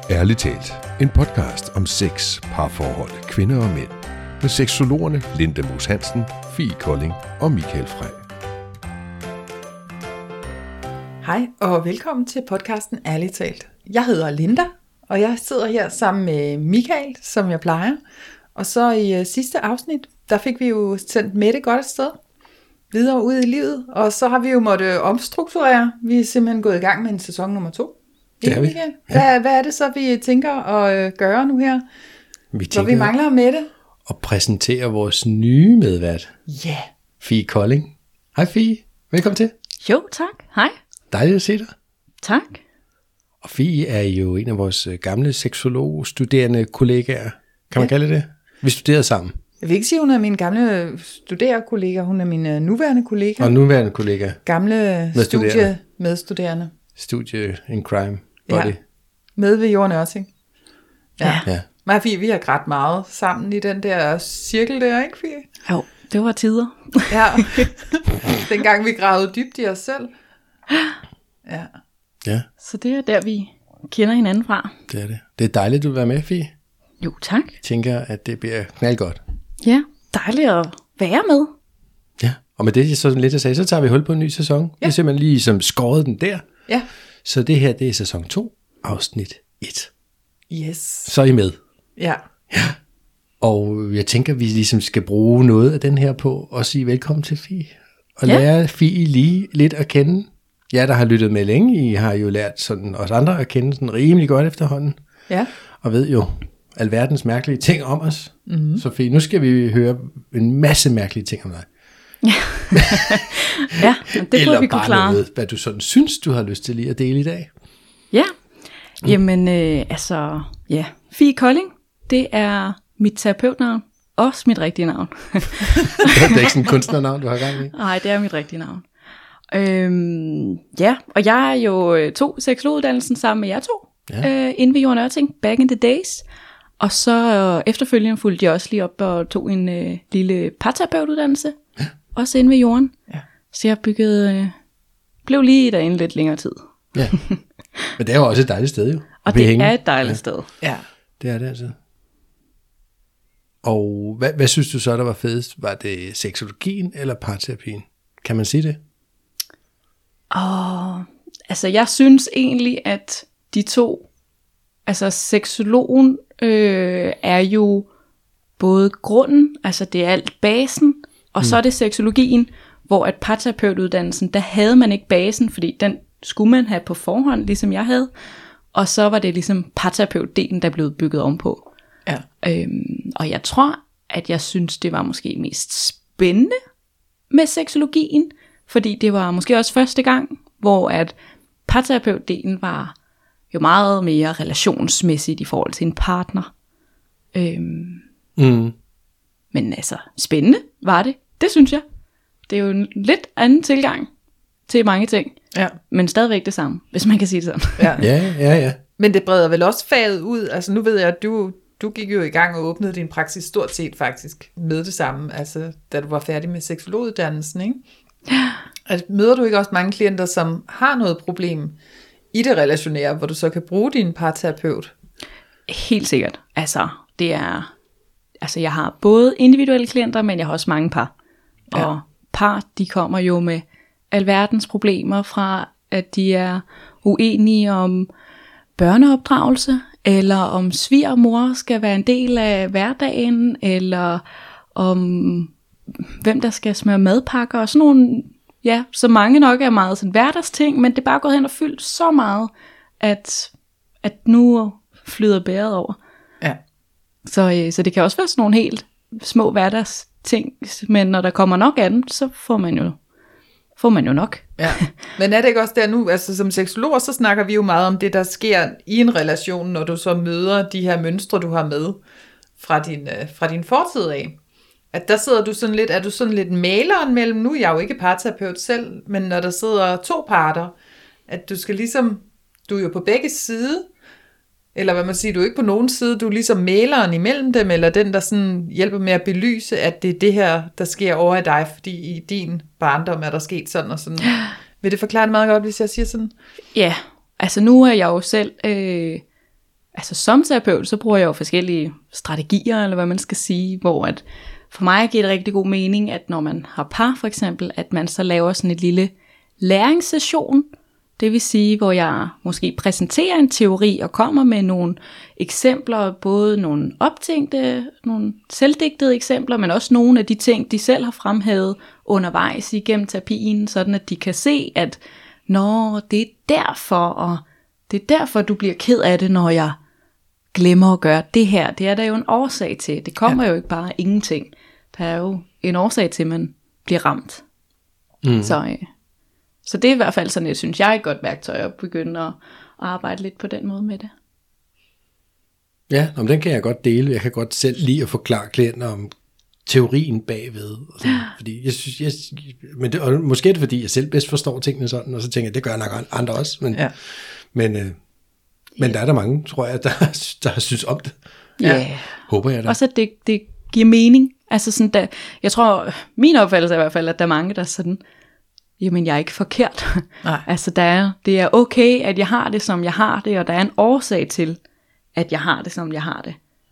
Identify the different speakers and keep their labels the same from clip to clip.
Speaker 1: Ærligt talt, en podcast om sex, parforhold, kvinder og mænd. Med seksologerne Linda Moos Hansen, Fie Kolding og Michael Frey.
Speaker 2: Hej og velkommen til podcasten Ærligt talt. Jeg hedder Linda, og jeg sidder her sammen med Michael, som jeg plejer. Og så i sidste afsnit, der fik vi jo sendt Mette godt et sted videre ud i livet. Og så har vi jo måttet omstrukturere. Vi er simpelthen gået i gang med en sæson nummer 2.
Speaker 1: Det er vi.
Speaker 2: Ja. Hvad er det så, vi tænker at gøre nu her? Hvor vi mangler Mette.
Speaker 3: Og præsentere vores nye medvært.
Speaker 2: Ja. Yeah.
Speaker 3: Fie Kolding. Hej Fie, velkommen til.
Speaker 4: Jo, tak. Hej.
Speaker 3: Dejligt at se dig.
Speaker 4: Tak.
Speaker 3: Og Fie er jo en af vores gamle seksolog-studerende kollegaer. Kan man kalde det? Vi studerede sammen.
Speaker 2: Jeg vil ikke sige, at hun er min gamle studererkollega. Hun er min nuværende kollega.
Speaker 3: Og nuværende kollega.
Speaker 2: Gamle medstuderende.
Speaker 3: Studie in crime body.
Speaker 2: Ja. Med ved Jorden også, ikke?
Speaker 4: Ja.
Speaker 2: Mig og Fie, vi har grædt meget sammen i den der cirkel der, ikke Fie?
Speaker 4: Jo, det var tider.
Speaker 2: Ja. Dengang vi gravede dybt i os selv.
Speaker 3: Ja.
Speaker 4: Så det er der, vi kender hinanden fra.
Speaker 3: Det er det. Det er dejligt, du vil være med, Fie.
Speaker 4: Jo, tak.
Speaker 3: Jeg tænker, at det bliver knaldgodt.
Speaker 4: Ja, dejligt at være med.
Speaker 3: Ja, og med det, så lidt at sige, så tager vi hul på en ny sæson. Ja. Vi har simpelthen lige som skåret den der.
Speaker 2: Ja.
Speaker 3: Så det her, det er sæson 2, afsnit 1.
Speaker 2: Yes.
Speaker 3: Så er I med.
Speaker 2: Ja.
Speaker 3: Ja. Og jeg tænker, vi ligesom skal bruge noget af den her på at sige velkommen til Fie. Og lære Fie lige lidt at kende. Ja, der har lyttet med længe. I har jo lært sådan os andre at kende sådan rimelig godt efterhånden.
Speaker 2: Ja.
Speaker 3: Og ved jo alverdens mærkelige ting om os. Mm-hmm. Så Fie, nu skal vi høre en masse mærkelige ting om dig.
Speaker 4: Ja, det burde vi kunne klare.
Speaker 3: Eller bare noget, hvad du sådan synes, du har lyst til lige at dele i dag.
Speaker 4: Ja, jamen Fie Kolding, det er mit terapeutnavn. Også mit rigtige navn.
Speaker 3: Det er ikke sådan et kunstnernavn, du har gang i?
Speaker 4: Nej, det er mit rigtige navn. Og jeg er jo tog seksologuddannelsen sammen med jer to, inde ved Jorden Ørting, back in the days. Og så efterfølgende fulgte jeg også lige op og tog en lille parterapeutuddannelse, også inde ved Jorden. Ja. Så jeg blev lige derinde lidt længere tid.
Speaker 3: Ja, men det er jo også et dejligt sted jo.
Speaker 4: Og det er et dejligt sted.
Speaker 2: Ja.
Speaker 3: Det er det altså. Og hvad synes du så, der var fedest? Var det seksologien eller parterapien? Kan man sige det?
Speaker 4: Altså jeg synes egentlig, at de to, altså seksologen er jo både grunden, altså det er alt basen, og så er det seksologien, hvor at parterapeutuddannelsen, der havde man ikke basen, fordi den skulle man have på forhånd, ligesom jeg havde, og så var det ligesom parterapeutdelen, der blev bygget ovenpå.
Speaker 2: Ja.
Speaker 4: Og jeg tror, at jeg synes, det var måske mest spændende med seksologien, fordi det var måske også første gang, hvor at parterapeutdelen var jo meget mere relationsmæssigt i forhold til en partner. Men altså, spændende var det. Det synes jeg. Det er jo en lidt anden tilgang til mange ting. Ja. Men stadigvæk det samme, hvis man kan sige det sådan.
Speaker 3: Ja.
Speaker 2: Men det breder vel også faget ud. Altså nu ved jeg, at du gik jo i gang og åbnede din praksis stort set faktisk med det samme. Altså da du var færdig med seksologuddannelsen, ikke? Altså, møder du ikke også mange klienter, som har noget problem i det relationære, hvor du så kan bruge din parterapeut?
Speaker 4: Helt sikkert. Altså jeg har både individuelle klienter, men jeg har også mange par. Ja. Og par, de kommer jo med alverdens problemer fra, at de er uenige om børneopdragelse, eller om svigermor skal være en del af hverdagen, eller om hvem der skal smøre madpakker, og sådan nogle, så mange nok er meget sådan hverdagsting, men det er bare gået hen og fyldt så meget, at nu flyder bæret over. Ja. Så det kan også være sådan nogle helt små hverdagsting, men når der kommer nok af dem, så får man jo nok. Ja.
Speaker 2: Men er det ikke også der nu, altså som seksologer, så snakker vi jo meget om det, der sker i en relation, når du så møder de her mønstre, du har med fra din fortid af. At der sidder du sådan lidt, er du sådan lidt maleren mellem, nu er jeg jo ikke parterapeut selv, men når der sidder to parter, at du skal ligesom, du er jo på begge sider, eller hvad man siger, du er ikke på nogen side, du er ligesom maleren imellem dem, eller den, der sådan hjælper med at belyse, at det er det her, der sker over i dig, fordi i din barndom er der sket sådan og sådan. Vil det forklare det meget godt, hvis jeg siger sådan?
Speaker 4: Ja, altså nu er jeg jo selv altså som terapeut, så bruger jeg jo forskellige strategier, eller hvad man skal sige, hvor at for mig giver det rigtig god mening, at når man har par for eksempel, at man så laver sådan et lille læringssession, det vil sige, hvor jeg måske præsenterer en teori og kommer med nogle eksempler, både nogle optænkte, nogle selvdigtede eksempler, men også nogle af de ting, de selv har fremhævet undervejs igennem terapien, sådan at de kan se, at det er derfor, og det er derfor, du bliver ked af det, når jeg glemmer at gøre det her. Det er der jo en årsag til. Det kommer jo ikke bare af ingenting. Der er jo en årsag til, at man bliver ramt. Så det er i hvert fald sådan, jeg synes, jeg er et godt værktøj at begynde at arbejde lidt på den måde med det.
Speaker 3: Ja, men den kan jeg godt dele. Jeg kan godt selv lide at forklare klienter om teorien bagved. Fordi jeg synes, og måske er det fordi, jeg selv bedst forstår tingene sådan, og så tænker jeg, det gør nok andre også. Men der er der mange, tror jeg, der har synes om det.
Speaker 4: Ja.
Speaker 3: Håber jeg da.
Speaker 4: Også at det giver mening. Altså sådan, jeg tror, min opfattelse er i hvert fald, at der er mange, der er sådan, jamen jeg er ikke forkert. Nej. Altså det er okay, at jeg har det, som jeg har det, og der er en årsag til, at jeg har det, som jeg har det.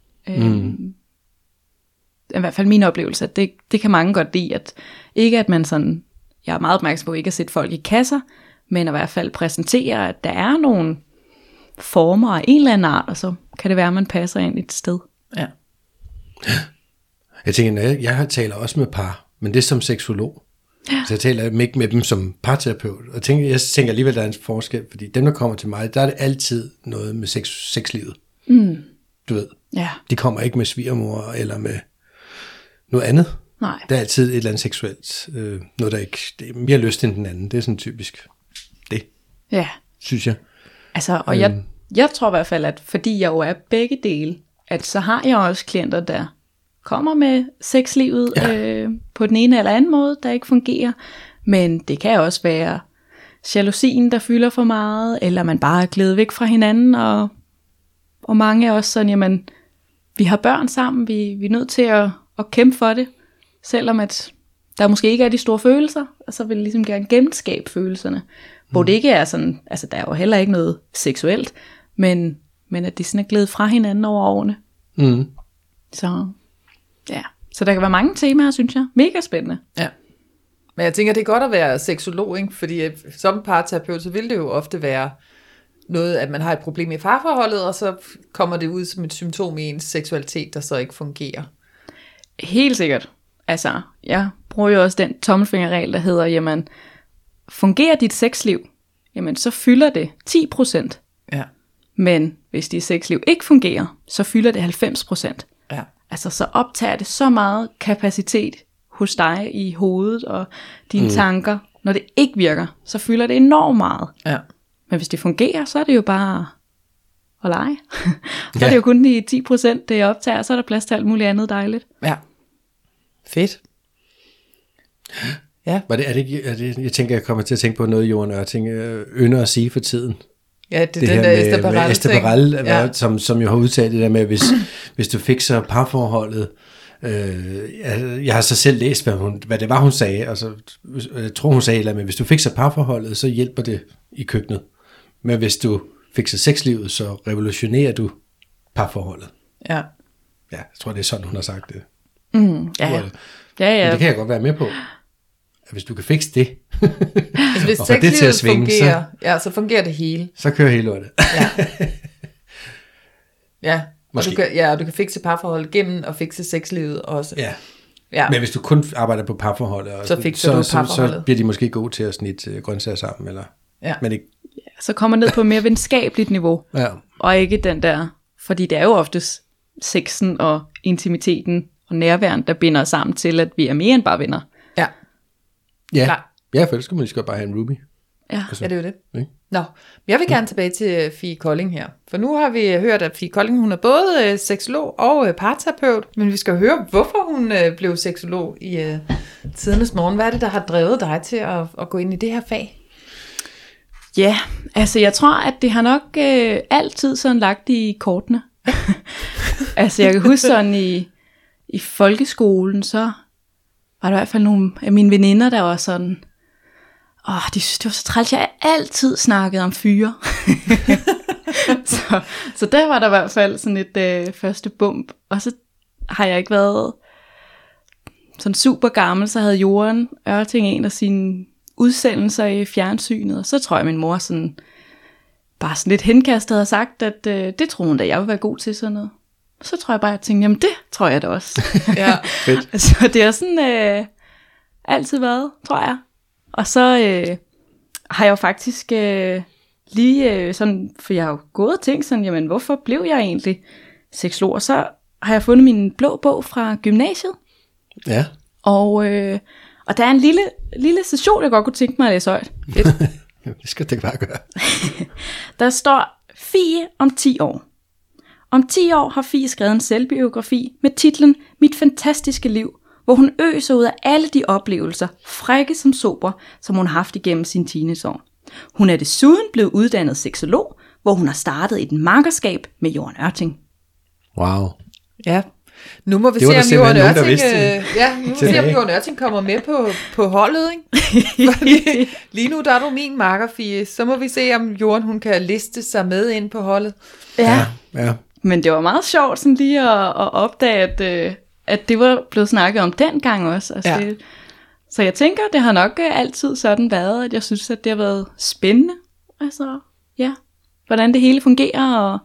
Speaker 4: I hvert fald min oplevelse, at det kan mange godt lide, at ikke at man sådan, jeg er meget opmærksom på ikke at sætte folk i kasser, men at i hvert fald præsentere, at der er nogle former af en eller anden art, og så kan det være, at man passer ind et sted.
Speaker 2: Ja.
Speaker 3: Jeg tænker, jeg taler også med par, men det er som seksolog. Så jeg taler ikke med dem som parterapeut. Og jeg tænker alligevel, der er en forskel, fordi dem, der kommer til mig, der er det altid noget med sexlivet. Du ved.
Speaker 4: Ja.
Speaker 3: De kommer ikke med svigermor eller med noget andet.
Speaker 4: Nej.
Speaker 3: Der er altid et eller andet seksuelt. Noget, der ikke det er mere lyst end den anden. Det er sådan typisk det.
Speaker 4: Ja.
Speaker 3: Synes jeg.
Speaker 4: Altså, og jeg tror i hvert fald, at fordi jeg jo er begge dele, at så har jeg også klienter, der kommer med sexlivet på den ene eller anden måde, der ikke fungerer. Men det kan også være jalousien, der fylder for meget, eller man bare er glædet væk fra hinanden, og mange er også sådan, jamen, vi har børn sammen, vi er nødt til at kæmpe for det, selvom at der måske ikke er de store følelser, og så vil jeg ligesom gerne genskabe følelserne, hvor det ikke er sådan, altså der er jo heller ikke noget seksuelt, men at de sådan er glædet fra hinanden over årene. Så der kan være mange temaer, synes jeg. Mega spændende.
Speaker 2: Ja. Men jeg tænker, det er godt at være seksolog, ikke? Fordi som parterapeut, så vil det jo ofte være noget, at man har et problem i parforholdet, og så kommer det ud som et symptom i ens seksualitet, der så ikke fungerer.
Speaker 4: Helt sikkert. Altså, jeg bruger jo også den tommelfingerregel, der hedder, jamen, fungerer dit sexliv, jamen, så fylder det 10%.
Speaker 2: Ja.
Speaker 4: Men hvis dit sexliv ikke fungerer, så fylder det 90%.
Speaker 2: Ja.
Speaker 4: Altså, så optager det så meget kapacitet hos dig i hovedet og dine tanker. Når det ikke virker, så fylder det enormt meget.
Speaker 2: Ja.
Speaker 4: Men hvis det fungerer, så er det jo bare at lege. Så er det jo kun de 10%, det optager, så er der plads til alt muligt andet dejligt.
Speaker 2: Ja. Fedt. Ja.
Speaker 3: Er det, jeg tænker, jeg kommer til at tænke på noget, Jorden Ørting ynder at sige for tiden.
Speaker 2: Ja, det er den der
Speaker 3: Esther Perel, som jo har udtalt det der med, hvis du fikser parforholdet. Jeg har så selv læst, hvad det var, hun sagde, og så jeg tror, hun sagde, at hvis du fikser parforholdet, så hjælper det i køkkenet. Men hvis du fikser sexlivet, så revolutionerer du parforholdet.
Speaker 2: Ja.
Speaker 3: Ja, jeg tror, det er sådan, hun har sagt det.
Speaker 4: Ja.
Speaker 3: Men det kan jeg godt være med på. At hvis du kan fikse det,
Speaker 2: altså, hvis
Speaker 3: og få det til at svinge,
Speaker 2: fungerer, så fungerer det hele.
Speaker 3: Så kører hele lortet.
Speaker 2: Ja. Og du kan fikse parforholdet gennem og fikse sexlivet også.
Speaker 3: Ja. Men hvis du kun arbejder på parforholdet,
Speaker 2: så fikser du parforholdet.
Speaker 3: Så bliver de måske gode til at snitte grøntsager sammen. Eller, men ikke.
Speaker 4: Så kommer ned på et mere venskabeligt niveau. Ja. Og ikke den der, fordi det er jo oftest sexen og intimiteten og nærværen, der binder os sammen til, at vi er mere end bare venner.
Speaker 3: Ja, for ellers skal man lige bare have en Ruby.
Speaker 2: Ja, det er jo det. Ikke? Nå, jeg vil gerne tilbage til Fie Kolding her. For nu har vi hørt, at Fie Kolding, hun er både seksolog og parterapeut, men vi skal høre, hvorfor hun blev seksolog i tidernes morgen. Hvad er det, der har drevet dig til at gå ind i det her fag?
Speaker 4: Ja, altså jeg tror, at det har nok altid sådan lagt i kortene. Altså jeg kan huske sådan i folkeskolen, så var der i hvert fald nogle af mine veninder, der var sådan, de synes, det var så træls, jeg altid snakkede om fyre. Så Så der var der i hvert fald sådan et første bump. Og så har jeg ikke været sådan super gammel, så havde Jorden Ørting en af sine udsendelser i fjernsynet. Og så tror jeg, min mor sådan bare sådan lidt henkastet havde sagt, at det troede hun da, jeg ville være god til sådan noget. Så tror jeg bare, at jeg tænkte, jamen det tror jeg da også.
Speaker 2: Ja.
Speaker 3: Fedt.
Speaker 4: Så det har sådan altid været, tror jeg. Og så har jeg jo faktisk lige sådan, for jeg har jo gået og tænkt sådan, jamen hvorfor blev jeg egentlig seksolog? Så har jeg fundet min blå bog fra gymnasiet.
Speaker 3: Ja.
Speaker 4: Og der er en lille session, jeg godt kunne tænke mig at læse højt.
Speaker 3: Det skal det bare gøre.
Speaker 4: Der står, Fie om 10 år. Om 10 år har Fie skrevet en selvbiografi med titlen Mit fantastiske liv, hvor hun øser ud af alle de oplevelser, frække som sober, som hun har haft igennem sine teenageår. Hun er desuden blevet uddannet seksolog, hvor hun har startet et makkerskab med Jorden Ørting.
Speaker 3: Wow.
Speaker 2: Ja. Nu må vi
Speaker 3: Det var
Speaker 2: se,
Speaker 3: der
Speaker 2: om Jorden
Speaker 3: simpelthen nogen, der
Speaker 2: Ørting,
Speaker 3: vidste.
Speaker 2: nu må vi se, om Jorden Ørting kommer med på holdet, ikke? Fordi lige nu, der er du min makker, Fie. Så må vi se, om Jorden, hun kan liste sig med ind på holdet.
Speaker 4: Ja.
Speaker 3: Ja.
Speaker 4: Men det var meget sjovt sådan lige at opdage, at det var blevet snakket om dengang også. Altså
Speaker 2: Ja.
Speaker 4: Så jeg tænker, det har nok altid sådan været, at jeg synes, at det har været spændende. Altså, ja, hvordan det hele fungerer. Og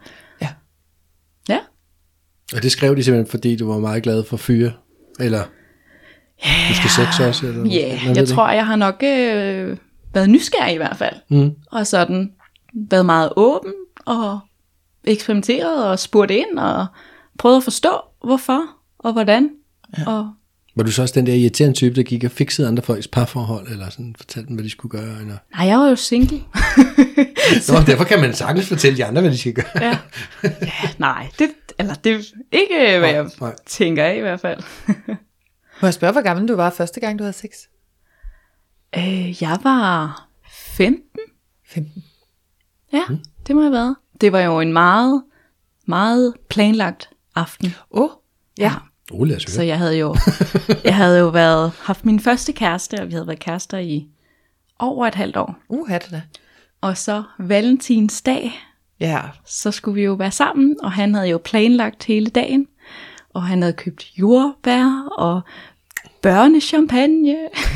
Speaker 4: ja.
Speaker 3: Og det skrev de simpelthen, fordi du var meget glad for fyre? Eller du skal sex også? Eller
Speaker 4: Jeg tror, jeg har nok været nysgerrig i hvert fald.
Speaker 3: Mm.
Speaker 4: Og sådan været meget åben og eksperimenteret og spurgt ind og prøvet at forstå, hvorfor og hvordan. Ja. Og
Speaker 3: Var du så også den der irriterende type, der gik og fiksede andre folks parforhold, eller sådan fortalte dem, hvad de skulle gøre? Eller?
Speaker 4: nej, jeg var jo single.
Speaker 3: Nå, derfor kan man sagtens fortælle de andre, hvad de skal gøre.
Speaker 4: Ja, nej, det er ikke, hvad jeg
Speaker 3: Nej.
Speaker 4: tænker af i hvert fald.
Speaker 2: Må jeg spørge, hvor gammel du var første gang, du havde sex?
Speaker 4: Jeg var 15.
Speaker 2: 15.
Speaker 4: Ja, det må have været. Det var jo en meget, meget planlagt aften.
Speaker 2: Ja.
Speaker 3: Lad os høre.
Speaker 4: Så jeg havde jo haft min første kæreste, og vi havde været kærester i over et halvt år.
Speaker 2: Det da.
Speaker 4: Og så valentinsdag,
Speaker 2: Ja.
Speaker 4: så skulle vi jo være sammen, og han havde jo planlagt hele dagen. Og han havde købt jordbær og børnechampagne.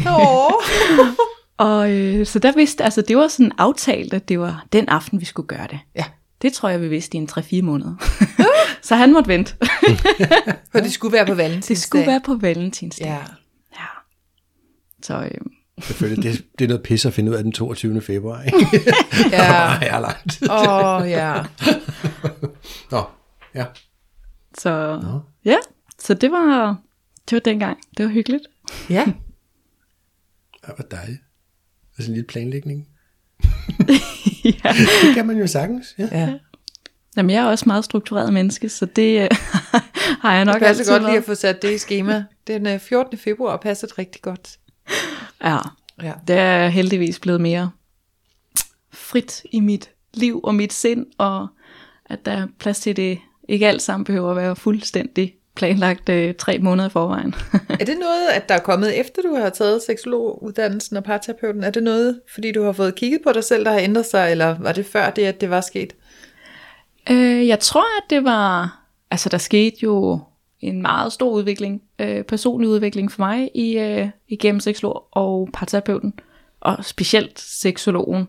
Speaker 4: Og så der vidste, altså det var sådan aftalt, at det var den aften, vi skulle gøre det.
Speaker 2: Ja.
Speaker 4: Det tror jeg, vi vidste i en 3-4 måneder. Så han måtte vente.
Speaker 2: For det skulle være på valentinsdag.
Speaker 4: Det skulle være på valentinsdag.
Speaker 2: Ja.
Speaker 4: Ja. Så
Speaker 3: Selvfølgelig, det er noget pis at finde ud af den 22. februar, ikke?
Speaker 2: Ja.
Speaker 3: Ja, langt.
Speaker 2: Ja.
Speaker 3: Nå, ja.
Speaker 4: Så ja, så det var dengang. Det var hyggeligt.
Speaker 2: Ja.
Speaker 3: Det var dejligt. Altså en lille planlægning.
Speaker 4: Ja.
Speaker 3: Det kan man jo sagtens, ja.
Speaker 2: Ja.
Speaker 4: Jamen, jeg er også meget struktureret menneske, så det har jeg nok
Speaker 2: Det passer
Speaker 4: altid
Speaker 2: godt lige
Speaker 4: været.
Speaker 2: at få sat det i skema. Den 14. februar passet rigtig godt.
Speaker 4: Ja,
Speaker 2: Ja.
Speaker 4: det er heldigvis blevet mere frit i mit liv og mit sind, og at der er plads til det. Ikke alt sammen behøver at være fuldstændig planlagt 3 måneder i forvejen.
Speaker 2: Er det noget, at der er kommet efter, du har taget seksologuddannelsen og parterapeuten? Er det noget, fordi du har fået kigget på dig selv, der har ændret sig, eller var det før det, at det var sket?
Speaker 4: Jeg tror, at det var... Altså, der skete jo en meget stor udvikling, personlig udvikling for mig igennem seksolog og parterapeuten, og specielt seksologen.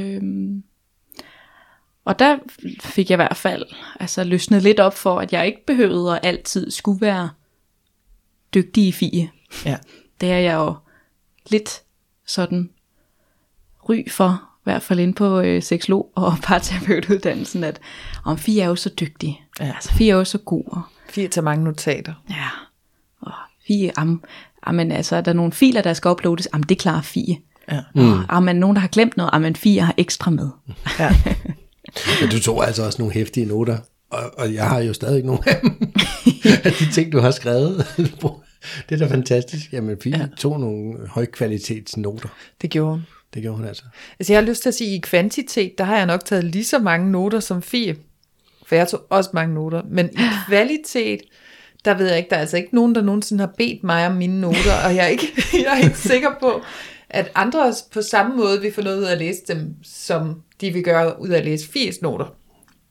Speaker 4: Og der fik jeg i hvert fald løsnet lidt op for, at jeg ikke behøvede at altid skulle være dygtig i Fie.
Speaker 2: Ja.
Speaker 4: Det er jeg jo lidt sådan ry for, i hvert fald inde på seksolog og parterapeutuddannelsen, at om Fie er jo så dygtig.
Speaker 2: Ja.
Speaker 4: Altså Fie er jo så god. Og,
Speaker 2: Fie tager mange notater.
Speaker 4: ja, og Fie, men altså, er der nogle filer, der skal uploades? Jamen, det klarer Fie.
Speaker 2: Ja.
Speaker 4: Og men nogen, der har glemt noget, men Fie har ekstra med.
Speaker 2: Ja.
Speaker 3: Men du tog altså også nogle heftige noter, og jeg har jo stadig nogle af dem. Af de ting, du har skrevet. Det er da fantastisk. Jamen, Fie tog nogle højkvalitetsnoter.
Speaker 2: Det gjorde hun.
Speaker 3: Det gjorde hun altså.
Speaker 2: Altså jeg har lyst til at sige, at i kvantitet, der har jeg nok taget lige så mange noter som Fie. For jeg tog også mange noter. Men i kvalitet, der ved jeg ikke, der er altså ikke nogen, der nogensinde har bedt mig om mine noter. Og jeg er ikke sikker på, at andre på samme måde vil få noget ud af at læse dem, som de vil gøre ud af at læse Fies noter.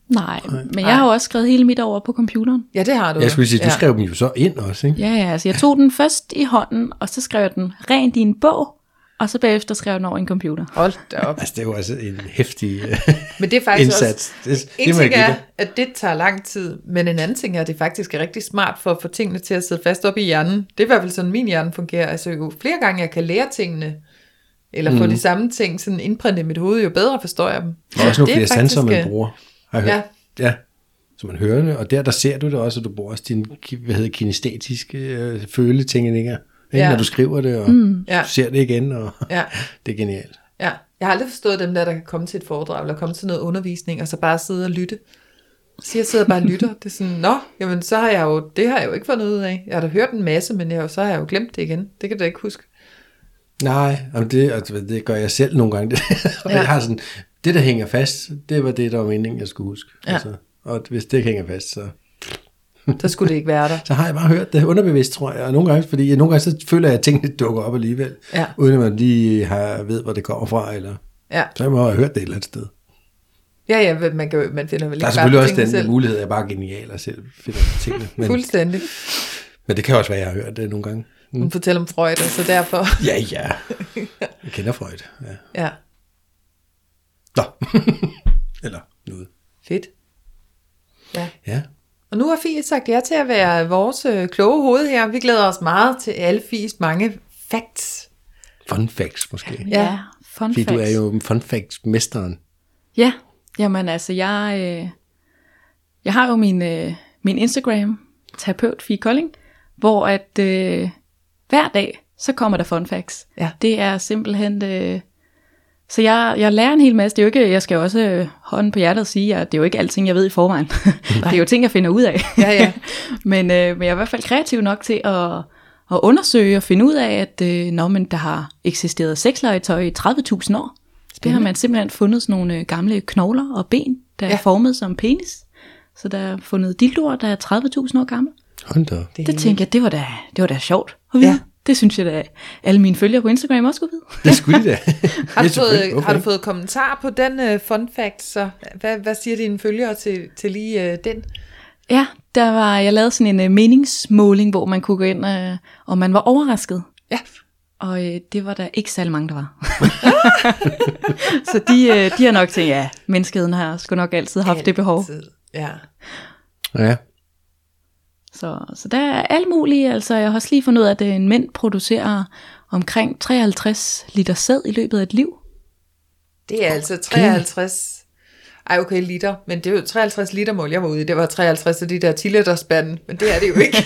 Speaker 4: Nej, men jeg har jo også skrevet hele mit over på computeren.
Speaker 2: Ja, det har du.
Speaker 3: Jeg skulle sige, du skrev dem jo så ind også, ikke?
Speaker 4: Ja, altså jeg tog den først i hånden, og så skrev jeg den rent i en bog, og så bagefter skrev jeg den over i en computer.
Speaker 2: Hold da op.
Speaker 3: Altså, det er jo altså en heftig
Speaker 2: Men det er faktisk
Speaker 3: indsats.
Speaker 2: også, en ting er, at det tager lang tid, men en anden ting er, at det faktisk er rigtig smart for at få tingene til at sidde fast op i hjernen. Det er i hvert fald sådan, min hjerne fungerer. Altså jo flere gange jeg kan lære tingene, eller få de samme ting sådan indprintet i mit hoved, jo bedre forstår jeg dem.
Speaker 3: Der er også nogle flere
Speaker 2: faktisk,
Speaker 3: sanser, man bruger. Har jeg hørt.
Speaker 2: Ja.
Speaker 3: Ja, så man hører det, og der ser du det også, at du bruger også dine, kinestetiske føletingninger, når du skriver det, og du ser det igen, og det er genialt.
Speaker 2: Ja, jeg har aldrig forstået dem der kan komme til et foredrag, eller komme til noget undervisning, og så bare sidde og lytte. Så jeg sidder bare og lytter. Det er sådan, jamen så har det har jeg jo ikke fundet ud af. Jeg har da hørt en masse, men så har jeg jo glemt det igen. Det kan du ikke huske.
Speaker 3: Nej, det gør jeg selv nogle gange. Jeg har sådan, det der hænger fast, det var det, der var meningen, jeg skulle huske.
Speaker 2: Ja.
Speaker 3: Altså, og hvis det ikke hænger fast,
Speaker 2: så skulle det ikke være der.
Speaker 3: Så har jeg bare hørt det underbevidst, tror jeg. Og nogle gange så føler jeg, at tingene dukker op alligevel. Ja. Uden at man lige ved, hvor det kommer fra. Eller, så jeg må have hørt det et eller andet sted.
Speaker 2: Ja, man finder vel ikke bare.
Speaker 3: Der er selvfølgelig også den mulighed, at jeg bare er genial og selv finder tingene. Men,
Speaker 2: fuldstændig.
Speaker 3: Men det kan også være, at jeg har hørt det nogle gange.
Speaker 2: Hun fortæller om Freud, og så derfor.
Speaker 3: Ja. Jeg kender Freud.
Speaker 2: Ja.
Speaker 3: Nå. Eller noget.
Speaker 2: Fedt.
Speaker 3: Ja.
Speaker 2: Og nu har Fie sagt ja til at være vores kloge hoved her. Vi glæder os meget til alle Fies mange facts.
Speaker 3: Fun facts måske.
Speaker 4: Ja, fun facts.
Speaker 3: Du er jo fun facts-mesteren.
Speaker 4: Ja, jamen altså jeg har jo min Instagram, terapeut Fie Kolding, hvor at hver dag, så kommer der fun facts.
Speaker 2: Ja.
Speaker 4: Det er simpelthen... Så jeg lærer en hel masse. Det er jo ikke, jeg skal også hånden på hjertet sige, at det er jo ikke alting, jeg ved i forvejen. Det er jo ting, jeg finder ud af.
Speaker 2: Ja.
Speaker 4: men jeg er i hvert fald kreativ nok til at undersøge og finde ud af, at der har eksisteret sexlegetøj i 30.000 år. Det har man simpelthen fundet sådan nogle gamle knogler og ben, der er formet som penis. Så der er fundet dildoer, der er 30.000 år gamle.
Speaker 3: Hold da.
Speaker 4: Det tænkte jeg, det var da sjovt at vide. Ja. Det synes jeg da, alle mine følgere på Instagram også skulle vide.
Speaker 3: Det skulle de da.
Speaker 2: Har du fået kommentar på den fun fact, så hvad siger dine følgere til lige den?
Speaker 4: Ja, jeg lavede sådan en meningsmåling, hvor man kunne gå ind, og man var overrasket.
Speaker 2: Ja.
Speaker 4: Og det var der ikke særlig mange, der var. Så de har nok tænkt, menneskeheden har sgu nok altid haft det behov.
Speaker 3: Ja.
Speaker 4: Så der er alt muligt. Altså, jeg har også lige fundet ud af, at en mænd producerer omkring 53 liter sæd i løbet af et liv.
Speaker 2: Det er altså 53... Ej, okay, liter. Men det er jo 53 liter mål, jeg var ude i. Det var 53 af de der 10 liter spanden. Men det er det jo ikke.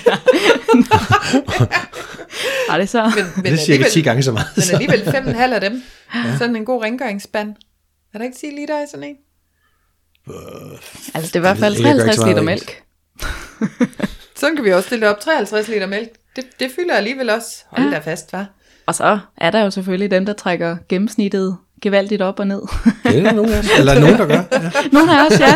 Speaker 4: Ej, det så.
Speaker 3: Men det er cirka 10 gange så meget.
Speaker 2: Men alligevel 5,5 af dem. Sådan en god rengøringsspand. Er der ikke 10 liter i sådan en?
Speaker 4: Altså, det er i hvert fald 53 liter mælk.
Speaker 2: Sådan kan vi også stille op. 53 liter mælk. Det fylder alligevel også. Hold da fast, hva'?
Speaker 4: Og så er der jo selvfølgelig dem, der trækker gennemsnittet gevaldigt op og ned.
Speaker 3: Det er der nogen af os. Eller nogen, der gør. Ja.
Speaker 4: Nogen af os, ja.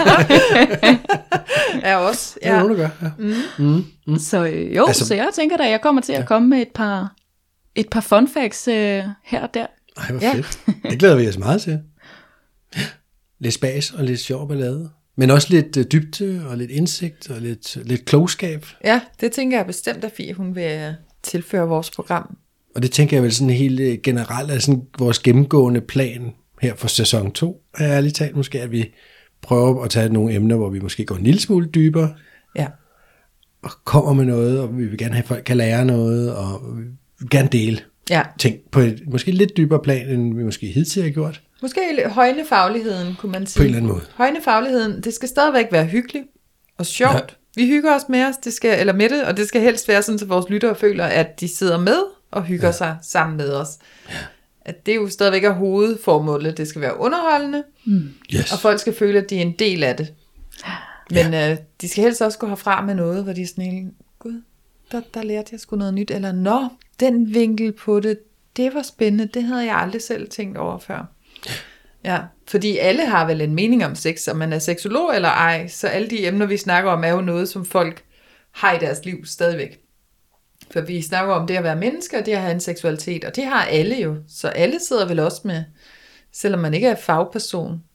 Speaker 2: Er også.
Speaker 3: Ja. Det er nogen, der gør,
Speaker 4: ja. Så jeg tænker da, jeg kommer til at komme med et par fun facts her og der.
Speaker 3: Ej, hvor fedt. Det glæder vi os meget til. Lidt spas og lidt sjov ballade. Men også lidt dybde og lidt indsigt og lidt klogskab.
Speaker 2: Ja, det tænker jeg bestemt, at Fie, hun vil tilføre vores program.
Speaker 3: Og det tænker jeg vel sådan helt generelt, er sådan vores gennemgående plan her for sæson 2, er ærligt talt måske, at vi prøver at tage nogle emner, hvor vi måske går en lille smule dybere.
Speaker 2: Ja.
Speaker 3: Og kommer med noget, og vi vil gerne have, at folk kan lære noget, og vi vil gerne dele ting på et måske lidt dybere plan, end vi måske hidtil har gjort.
Speaker 2: Måske højne fagligheden, kunne man sige.
Speaker 3: På en eller anden måde.
Speaker 2: Højne fagligheden, det skal stadigvæk være hyggeligt og sjovt. Ja. Vi hygger os med os, eller med det, og det skal helst være sådan, så vores lyttere føler, at de sidder med og hygger sig sammen med os. Ja. At det jo stadigvæk er hovedformålet. Det skal være underholdende, og folk skal føle, at de er en del af det. Men de skal helst også gå herfra med noget, hvor de er sådan helt, gud, der lærte jeg sgu noget nyt, eller den vinkel på det, det var spændende, det havde jeg aldrig selv tænkt over før. Ja, fordi alle har vel en mening om sex, om man er seksolog eller ej, så alle de emner, vi snakker om, er jo noget, som folk har i deres liv stadigvæk. For vi snakker om det at være mennesker, det at have en seksualitet, og det har alle jo. Så alle sidder vel også med, selvom man ikke er fagperson,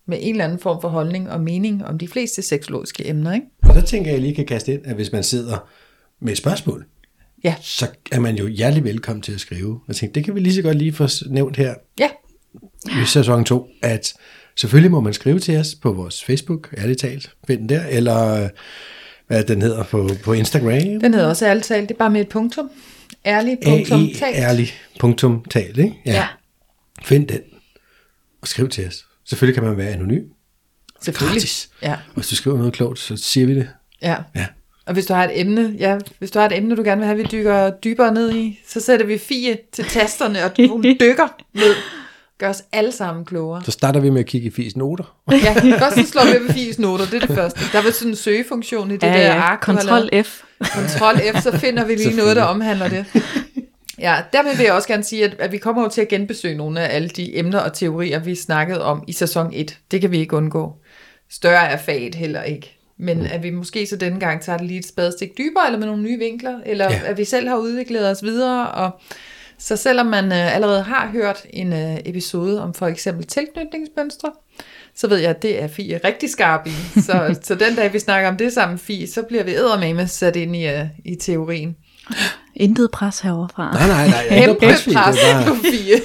Speaker 2: med en eller anden form for holdning og mening om de fleste seksologiske emner, ikke?
Speaker 3: Og der tænker jeg lige kan kaste ind, at hvis man sidder med et spørgsmål,
Speaker 2: Ja.
Speaker 3: så er man jo hjertelig velkommen til at skrive. Jeg tænkte, det kan vi lige så godt lige få nævnt her
Speaker 2: Ja.
Speaker 3: i sæson 2, at selvfølgelig må man skrive til os på vores Facebook, ærligt talt, find den der, eller hvad den hedder på Instagram.
Speaker 2: Den hedder også ærligt talt, det er bare med et punktum. Ærlig.talt.
Speaker 3: Ærlig.talt, ikke?
Speaker 2: Ja.
Speaker 3: Find den, og skriv til os. Selvfølgelig kan man være anonym.
Speaker 2: Selvfølgelig.
Speaker 3: Gratis.
Speaker 2: Ja.
Speaker 3: Og hvis du skriver noget klogt, så siger vi det.
Speaker 2: Ja.
Speaker 3: Ja.
Speaker 2: Og hvis du har et emne, du gerne vil have, vi dykker dybere ned i, så sætter vi Fie til tasterne, og hun dykker ned. Gør os alle sammen klogere.
Speaker 3: Så starter vi med at kigge i Fies noter.
Speaker 2: Ja, først så slår vi ved Fies noter, det er det første. Der var sådan en søgefunktion i det der ark.
Speaker 4: Ctrl F.
Speaker 2: Ctrl F, så finder vi lige noget, der omhandler det. Ja, dermed vil jeg også gerne sige, at vi kommer jo til at genbesøge nogle af alle de emner og teorier, vi snakkede om i sæson 1. Det kan vi ikke undgå. Større er faget heller ikke. Men at vi måske så denne gang tager det lige et spadestik dybere, eller med nogle nye vinkler, eller at vi selv har udviklet os videre. Og så selvom man allerede har hørt en episode om for eksempel tilknytningsmønstre, så ved jeg, at det er Fie rigtig skarp i. Så den dag, vi snakker om det sammen, Fie, så bliver vi eddermame sat ind i teorien.
Speaker 4: Intet pres heroverfra.
Speaker 3: Nej.
Speaker 2: Kæmpe pres på Fie.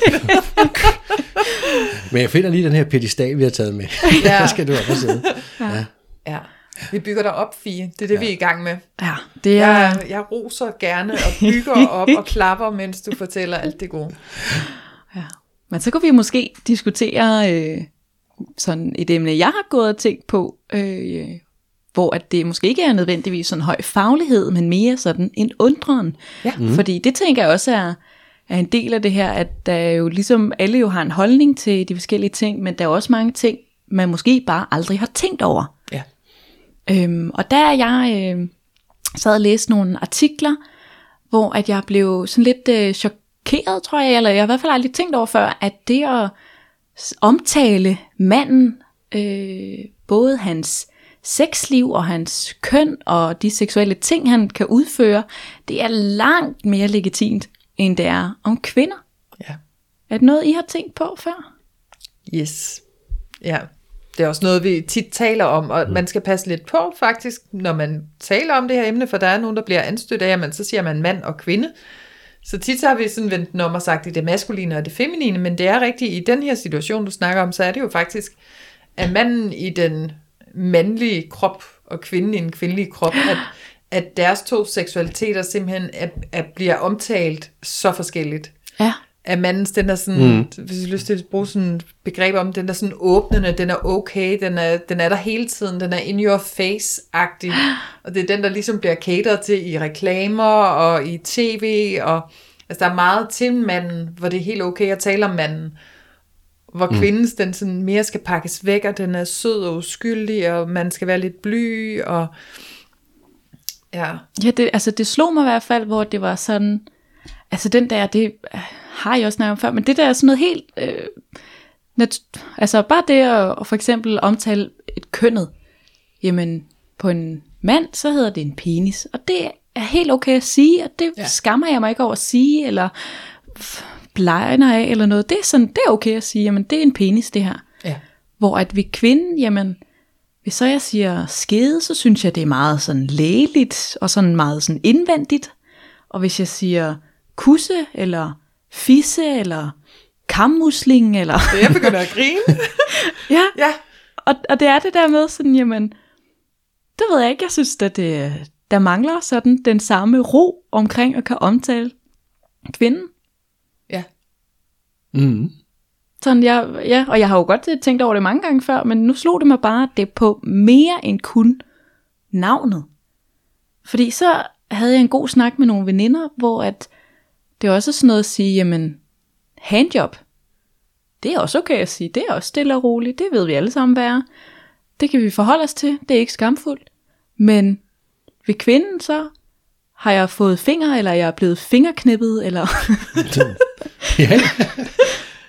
Speaker 3: Men jeg finder lige den her pedestal, vi har taget med.
Speaker 2: Ja.
Speaker 3: Der skal du også sidde.
Speaker 2: Ja, vi bygger dig op, Fie. Det er det, vi er i gang med.
Speaker 4: Ja, det er...
Speaker 2: Jeg roser gerne og bygger op og klapper, mens du fortæller alt det gode.
Speaker 4: Ja. Men så kunne vi måske diskutere sådan et emne, jeg har gået og tænkt på, hvor at det måske ikke er nødvendigvis sådan høj faglighed, men mere sådan en undren.
Speaker 2: Ja.
Speaker 4: Fordi det tænker jeg også er en del af det her, at der jo ligesom alle jo har en holdning til de forskellige ting, men der er også mange ting, man måske bare aldrig har tænkt over.
Speaker 2: Ja.
Speaker 4: Og der er jeg sad og læste nogle artikler, hvor at jeg blev sådan lidt chokeret, tror jeg, eller jeg har i hvert fald aldrig tænkt over før, at det at omtale manden, både hans sexliv og hans køn og de seksuelle ting, han kan udføre, det er langt mere legitimt, end det er om kvinder.
Speaker 2: Ja.
Speaker 4: Er det noget, I har tænkt på før?
Speaker 2: Yes. Ja. Det er også noget, vi tit taler om, og man skal passe lidt på faktisk, når man taler om det her emne, for der er nogen, der bliver anstødt af, at så siger man mand og kvinde. Så tit så har vi sådan vendt den om og sagt, det maskuline og det feminine, men det er rigtigt, i den her situation, du snakker om, så er det jo faktisk, at manden i den mandlige krop og kvinden i den kvindelige krop, at deres to seksualiteter simpelthen bliver omtalt så forskelligt.
Speaker 4: Ja.
Speaker 2: At mandens, den er sådan, hvis jeg har lyst til at bruge sådan et begreb om, den er sådan åbnende, den er okay, den er der hele tiden, den er in your face-agtig, og det er den, der ligesom bliver cateret til i reklamer og i tv, og altså der er meget til manden, hvor det er helt okay at tale om manden, hvor kvindens, den sådan mere skal pakkes væk, og den er sød og uskyldig, og man skal være lidt bly, og ja. Ja,
Speaker 4: det slog mig i hvert fald, hvor det var sådan, altså den der, det har jeg også snakket om før, men det der er sådan noget helt, altså bare det at for eksempel omtale et kønnet, jamen på en mand, så hedder det en penis, og det er helt okay at sige, og det skammer jeg mig ikke over at sige, eller blegner af, eller noget, det er sådan, det er okay at sige, jamen det er en penis det her.
Speaker 2: Ja.
Speaker 4: Hvor at ved kvinden, jamen, hvis så jeg siger skede, så synes jeg det er meget sådan lægeligt, og sådan meget sådan indvendigt, og hvis jeg siger kusse, eller fisse, eller kammusling, eller...
Speaker 2: Så jeg begynder at grine.
Speaker 4: Ja. Og det er det der med sådan, jamen, det ved jeg ikke, jeg synes, at der mangler sådan den samme ro omkring at kan omtale kvinden.
Speaker 2: Ja.
Speaker 3: Mm.
Speaker 4: Sådan, og jeg har jo godt tænkt over det mange gange før, men nu slog det mig bare, at det er på mere end kun navnet. Fordi så havde jeg en god snak med nogle veninder, hvor at det er også sådan noget at sige, jamen, handjob, det er også okay at sige, det er også stille og roligt, det ved vi alle sammen hvad er. Det kan vi forholde os til, det er ikke skamfuldt. Men ved kvinden så har jeg fået fingre, eller jeg er blevet fingerknippet, eller...
Speaker 3: Ja.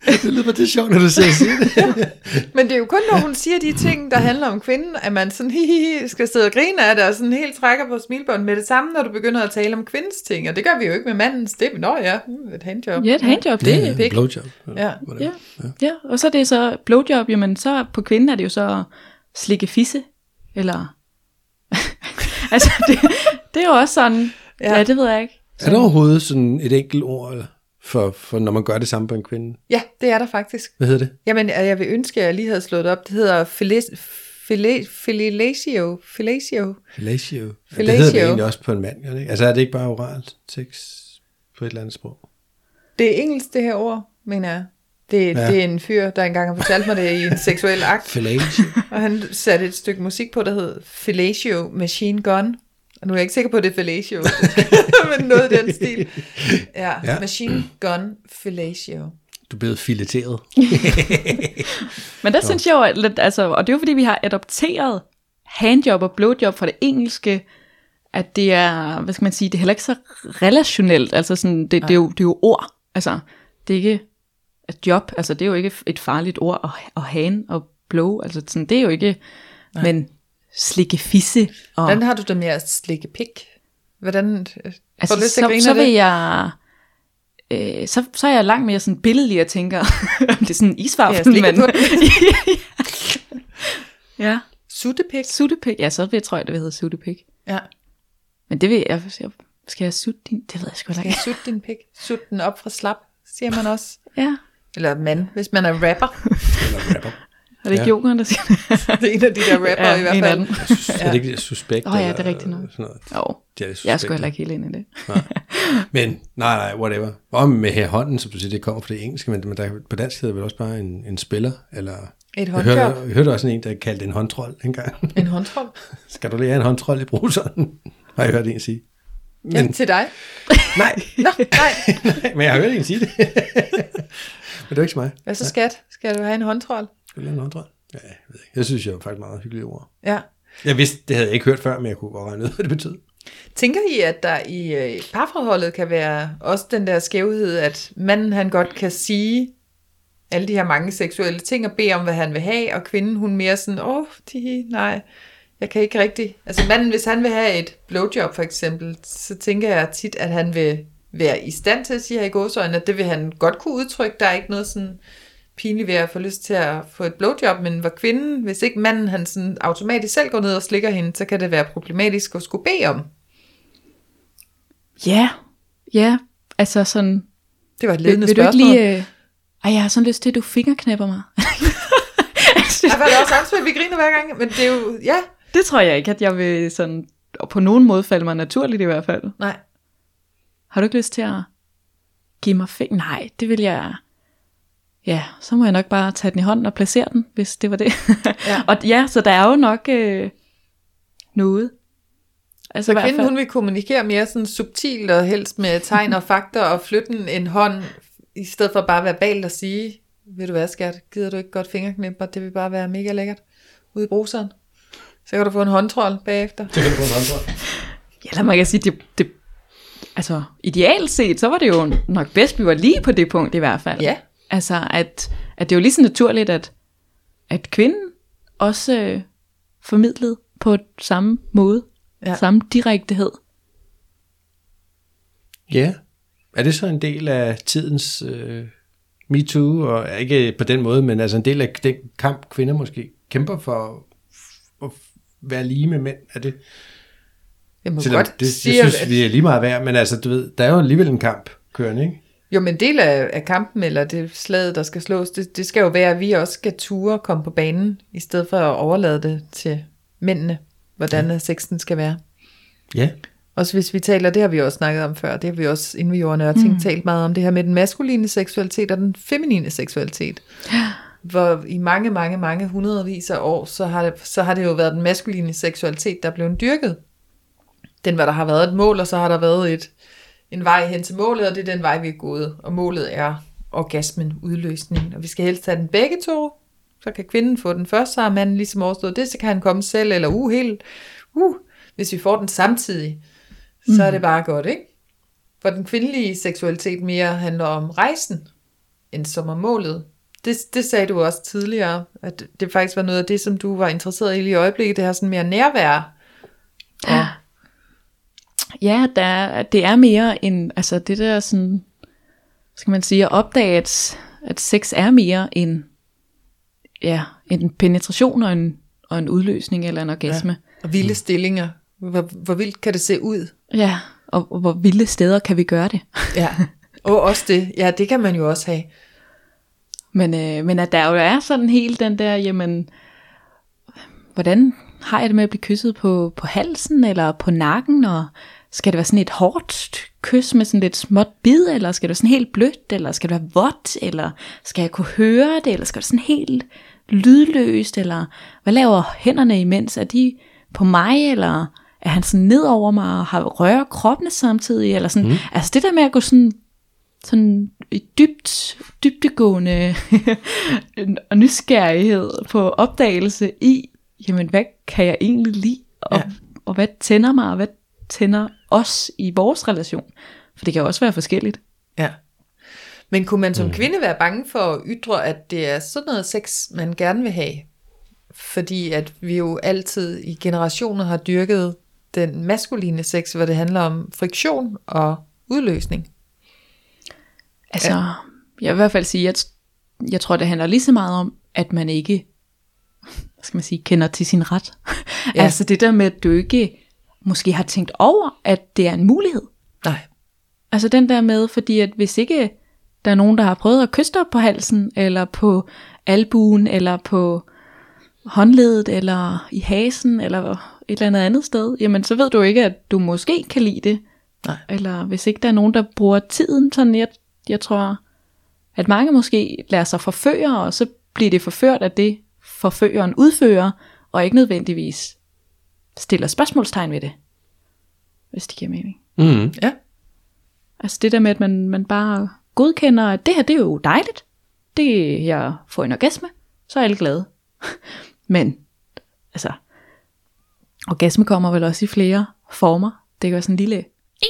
Speaker 3: Det lyder bare det sjovt, når du siger det.
Speaker 2: Men det er jo kun, når hun siger de ting, der handler om kvinden, at man sådan skal sidde og grine af det, og sådan helt trækker på smilbånd med det samme, når du begynder at tale om kvindens ting. Og det gør vi jo ikke med mandens. Det er et handjob.
Speaker 4: Ja, et handjob, det er pik.
Speaker 3: Blowjob.
Speaker 4: Ja, og så er det så blowjob, jamen så på kvinden er det jo så slikke fisse, eller... altså, det er jo også sådan, ja, det ved jeg ikke.
Speaker 3: Er der overhovedet sådan et enkelt ord, eller? For når man gør det samme på en kvinde?
Speaker 2: Ja, det er der faktisk.
Speaker 3: Hvad hedder det?
Speaker 2: Jamen, jeg vil ønske, at jeg lige havde slået op. Det hedder fellatio.
Speaker 3: Det hedder det egentlig også på en mand, ikke? Altså er det ikke bare oralt sex på et eller andet sprog?
Speaker 2: Det er engelsk, det her ord, mener jeg. Det er en fyr, der engang har fortalt mig det i en seksuel akt.
Speaker 3: Fellatio. Og
Speaker 2: han satte et stykke musik på, der hed Fellatio Machine Gun. Og nu er jeg ikke sikker på, at det er fellatio, men noget i den stil. Ja. Machine Gun Fellatio.
Speaker 3: Du er blevet fileteret.
Speaker 4: Men der synes jeg jo, altså, og det er jo fordi, vi har adopteret handjob og blowjob fra det engelske, at det er, hvad skal man sige, det er heller ikke så relationelt, altså sådan, det er jo ord, altså, det er ikke et job, altså det er jo ikke et farligt ord, at hand og blow, altså sådan, det er jo ikke, men slikke fisse. Og
Speaker 2: hvordan har du det med at slikke pik? Hvordan
Speaker 4: altså, får du lyst til at grine
Speaker 2: så
Speaker 4: vil jeg... Så er jeg langt mere sådan billedlig og tænker, det er sådan en isvarpen, men... ja.
Speaker 2: Suttepik?
Speaker 4: Suttepik, ja, så tror jeg, det vil hedde suttepik.
Speaker 2: Ja.
Speaker 4: Men det vil jeg... Skal jeg sutte din... Det ved jeg sgu ikke.
Speaker 2: Skal jeg sutte din pik? Sutte den op fra slap, siger man også.
Speaker 4: Ja.
Speaker 2: Eller mand, hvis man er rapper.
Speaker 3: Eller rapper.
Speaker 4: Er det ikke Jokeren, der siger det?
Speaker 2: Det er en af de der rapper i hvert fald.
Speaker 3: Er det ikke suspekt?
Speaker 4: Ja, det er rigtigt nok. Jo, jeg skal heller ikke helt ind i det.
Speaker 3: Men nej, whatever. Og med her hånden, som du siger, det kommer fra det engelske, men der, på dansk hedder det vel også bare en spiller, eller...
Speaker 2: Et håndjob.
Speaker 3: Jeg hørte også en, der kaldte en håndtrold engang.
Speaker 2: En håndtrold?
Speaker 3: Skal du lige have en håndtrold i bruseren? Har jeg hørt en sige.
Speaker 2: Men, ja, til dig?
Speaker 3: Nej. Nej. Men jeg har hørt en sige det. Men det er ikke så mig.
Speaker 2: Hvad så, skat? Skal du have en håndtrold?
Speaker 3: Skal du have en håndtrold? Ja, jeg ved ikke. Jeg synes, det var faktisk meget hyggelige ord.
Speaker 2: Ja.
Speaker 3: Jeg vidste, det havde jeg ikke hørt før, men jeg kunne godt regne ud, hvad det betød.
Speaker 2: Tænker I, at der i parforholdet kan være også den der skævhed, at manden han godt kan sige alle de her mange seksuelle ting og bede om, hvad han vil have, og kvinden hun mere sådan, nej, jeg kan ikke rigtig. Altså manden, hvis han vil have et blowjob for eksempel, så tænker jeg tit, at han vil være i stand til at sige her i gåseøjne, at det vil han godt kunne udtrykke. Der er ikke noget sådan pinligt ved at få lyst til at få et blowjob, men hvor kvinden, hvis ikke manden han sådan automatisk selv går ned og slikker hende, så kan det være problematisk at skulle bede om.
Speaker 4: Ja, altså sådan...
Speaker 2: Det var et ledende spørgsmål.
Speaker 4: Vil du ikke lige... jeg har sådan lyst til, at du fingerknæpper mig.
Speaker 2: Jeg var det også ansvaret, vi griner hver gang, men det er jo... Ja.
Speaker 4: Det tror jeg ikke, at jeg vil sådan... Og på nogen måde falde mig naturligt i hvert fald.
Speaker 2: Nej.
Speaker 4: Har du ikke lyst til at give mig finger? Nej, det vil jeg... Ja, så må jeg nok bare tage den i hånden og placere den, hvis det var det. Ja. Og ja, så der er jo nok noget.
Speaker 2: Altså, så kvinden, hun vil kommunikere mere sådan subtilt og helst med tegn og fakter og flytte en hånd, i stedet for bare verbalt at sige, ved du hvad, skat, gider du ikke godt fingerknipper, det vil bare være mega lækkert ude i bruseren. Så kan du få en håndtrold bagefter.
Speaker 3: Så kan du få en håndtrold.
Speaker 4: Ja, eller man kan sige, det altså idealt set, så var det jo nok bedst, vi var lige på det punkt i hvert fald.
Speaker 2: Ja.
Speaker 4: Altså, at det er jo lige så naturligt, at kvinden også formidlede på samme måde, samme direktehed.
Speaker 3: Ja. Er det så en del af tidens MeToo, og ikke på den måde, men altså en del af den kamp, kvinder måske kæmper for at være lige med mænd? Er det... Det synes vi er lige meget værd, men altså, du ved, der er jo alligevel en kamp kørende, ikke?
Speaker 2: Jo, men en del af kampen, eller det slaget, der skal slås, det skal jo være, at vi også skal ture komme på banen, i stedet for at overlade det til mændene, hvordan sexen skal være.
Speaker 3: Ja.
Speaker 2: Også hvis vi taler, det har vi også snakket om før, det har vi også, inden vi gjorde nørting, talt meget om det her med den maskuline seksualitet og den feminine seksualitet. Hvor i mange hundredvis af år, så har det jo været den maskuline seksualitet, der blev dyrket. Den, hvor der har været et mål, og så har der været en vej hen til målet, og det er den vej, vi er gået. Og målet er orgasmen, udløsning. Og vi skal helst have den begge to. Så kan kvinden få den først, så har manden ligesom overstået det, så kan han komme selv, eller hvis vi får den samtidig, så er det bare godt, ikke? For den kvindelige seksualitet mere handler om rejsen. end som er målet. Det sagde du også tidligere, at det faktisk var noget af det, som du var interesseret i lige i øjeblikket, det her sådan mere nærvær. Og
Speaker 4: Ja, det er mere end, altså det der sådan, skal man sige, at opdage, at sex er mere end, en penetration og en udløsning eller en orgasme.
Speaker 2: Ja. Og vilde stillinger. Hvor vildt kan det se ud?
Speaker 4: Ja, og hvor vilde steder kan vi gøre det?
Speaker 2: Ja, og også det. Ja, det kan man jo også have.
Speaker 4: Men at der jo er sådan helt den der, jamen, hvordan har jeg det med at blive kysset på halsen eller på nakken, og skal det være sådan et hårdt kys med sådan lidt småt bid, eller skal det være sådan helt blødt, eller skal det være vådt, eller skal jeg kunne høre det, eller skal det sådan helt lydløst, eller hvad laver hænderne imens? Er de på mig, eller er han sådan ned over mig og har rører kroppene samtidig, eller sådan, altså det der med at gå sådan i dybdegående og nysgerrighed på opdagelse i, jamen hvad kan jeg egentlig lide, og hvad tænder mig, og hvad tænder os i vores relation, for det kan også være forskelligt.
Speaker 2: Ja. Men kunne man som kvinde være bange for at ytre, at det er sådan noget sex, man gerne vil have? Fordi at vi jo altid i generationer har dyrket den maskuline sex, hvor det handler om friktion og udløsning.
Speaker 4: Altså, jeg vil i hvert fald sige, at jeg tror, det handler lige så meget om, at man ikke, hvad skal man sige, kender til sin ret. Ja. Altså det der med, at du ikke måske har tænkt over, at det er en mulighed.
Speaker 2: Nej.
Speaker 4: Altså den der med, fordi at hvis ikke der er nogen, der har prøvet at kysse dig på halsen, eller på albuen, eller på håndledet, eller i hasen, eller et eller andet sted, jamen så ved du ikke, at du måske kan lide det.
Speaker 2: Nej.
Speaker 4: Eller hvis ikke der er nogen, der bruger tiden, sådan jeg tror, at mange måske lader sig forføre, og så bliver det forført af det, forføreren udfører, og ikke nødvendigvis stiller spørgsmålstegn ved det, hvis det giver mening.
Speaker 3: Mm.
Speaker 2: Ja.
Speaker 4: Altså det der med, at man bare godkender, at det her, det er jo dejligt. Det jeg får en orgasme, så er alle glade. Men, altså, orgasme kommer vel også i flere former. Det kan være sådan en lille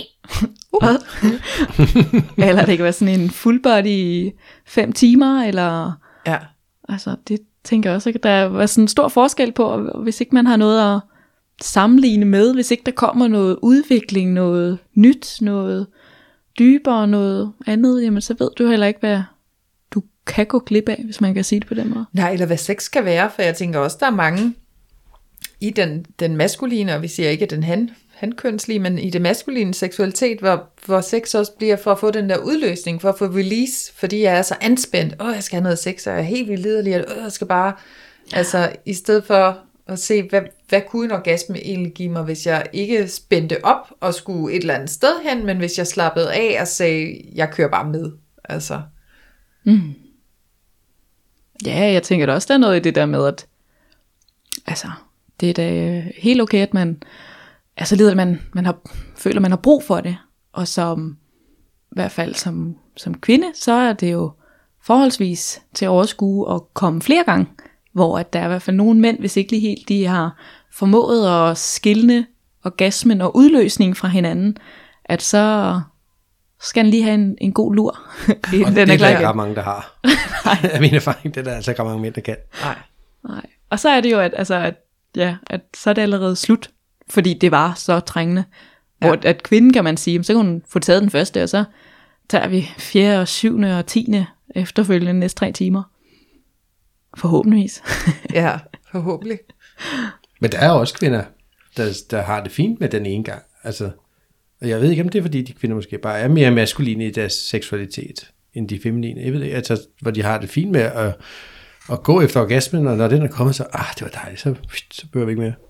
Speaker 4: eller det kan være sådan en full body i 5 timer, eller altså det tænker jeg også, at der er sådan en stor forskel på, hvis ikke man har noget at sammenligne med, hvis ikke der kommer noget udvikling, noget nyt, noget dybere, noget andet, jamen så ved du heller ikke, hvad du kan gå glip af, hvis man kan sige det på den måde.
Speaker 2: Nej, eller hvad sex kan være, for jeg tænker også, der er mange i den maskuline, og vi siger ikke, at den hankønslige, men i det maskuline seksualitet, hvor sex også bliver for at få den der udløsning, for at få release, fordi jeg er så anspændt, jeg skal have noget sex, og jeg er helt vildt liderlig, jeg skal bare, altså i stedet for at se, hvad kunne en orgasme egentlig give mig, hvis jeg ikke spændte op og skulle et eller andet sted hen, men hvis jeg slappede af og sagde, jeg kører bare med, altså.
Speaker 4: Mm. Ja, jeg tænker da også, der er noget i det der med, at altså, det er da helt okay, at man altså lider, at man føler, man har brug for det, og som i hvert fald som kvinde, så er det jo forholdsvis til at overskue og komme flere gange, hvor at der er i hvert fald nogle mænd, hvis ikke lige helt de har formået at skille orgasmen og udløsning fra hinanden, at så skal den lige have en god lur.
Speaker 3: Og den det er der ikke mange, der har. Nej. Min erfaring, det er der altså ikke mange mænd, der kan.
Speaker 4: Nej. Og så er det jo, at så er det allerede slut, fordi det var så trængende. Ja. Hvor at kvinden, kan man sige, så kan hun få taget den første, og så tager vi 4., og 7. og 10. efterfølgende næste 3 timer. Forhåbentligvis.
Speaker 2: Ja, forhåbentlig.
Speaker 3: Men der er jo også kvinder, der har det fint med den ene gang. Altså, og jeg ved ikke, om det er, fordi de kvinder måske bare er mere maskuline i deres seksualitet, end de feminine. Jeg ved ikke, altså, hvor de har det fint med at gå efter orgasmen, og når den er kommet, så det var dejligt, så behøver vi ikke mere.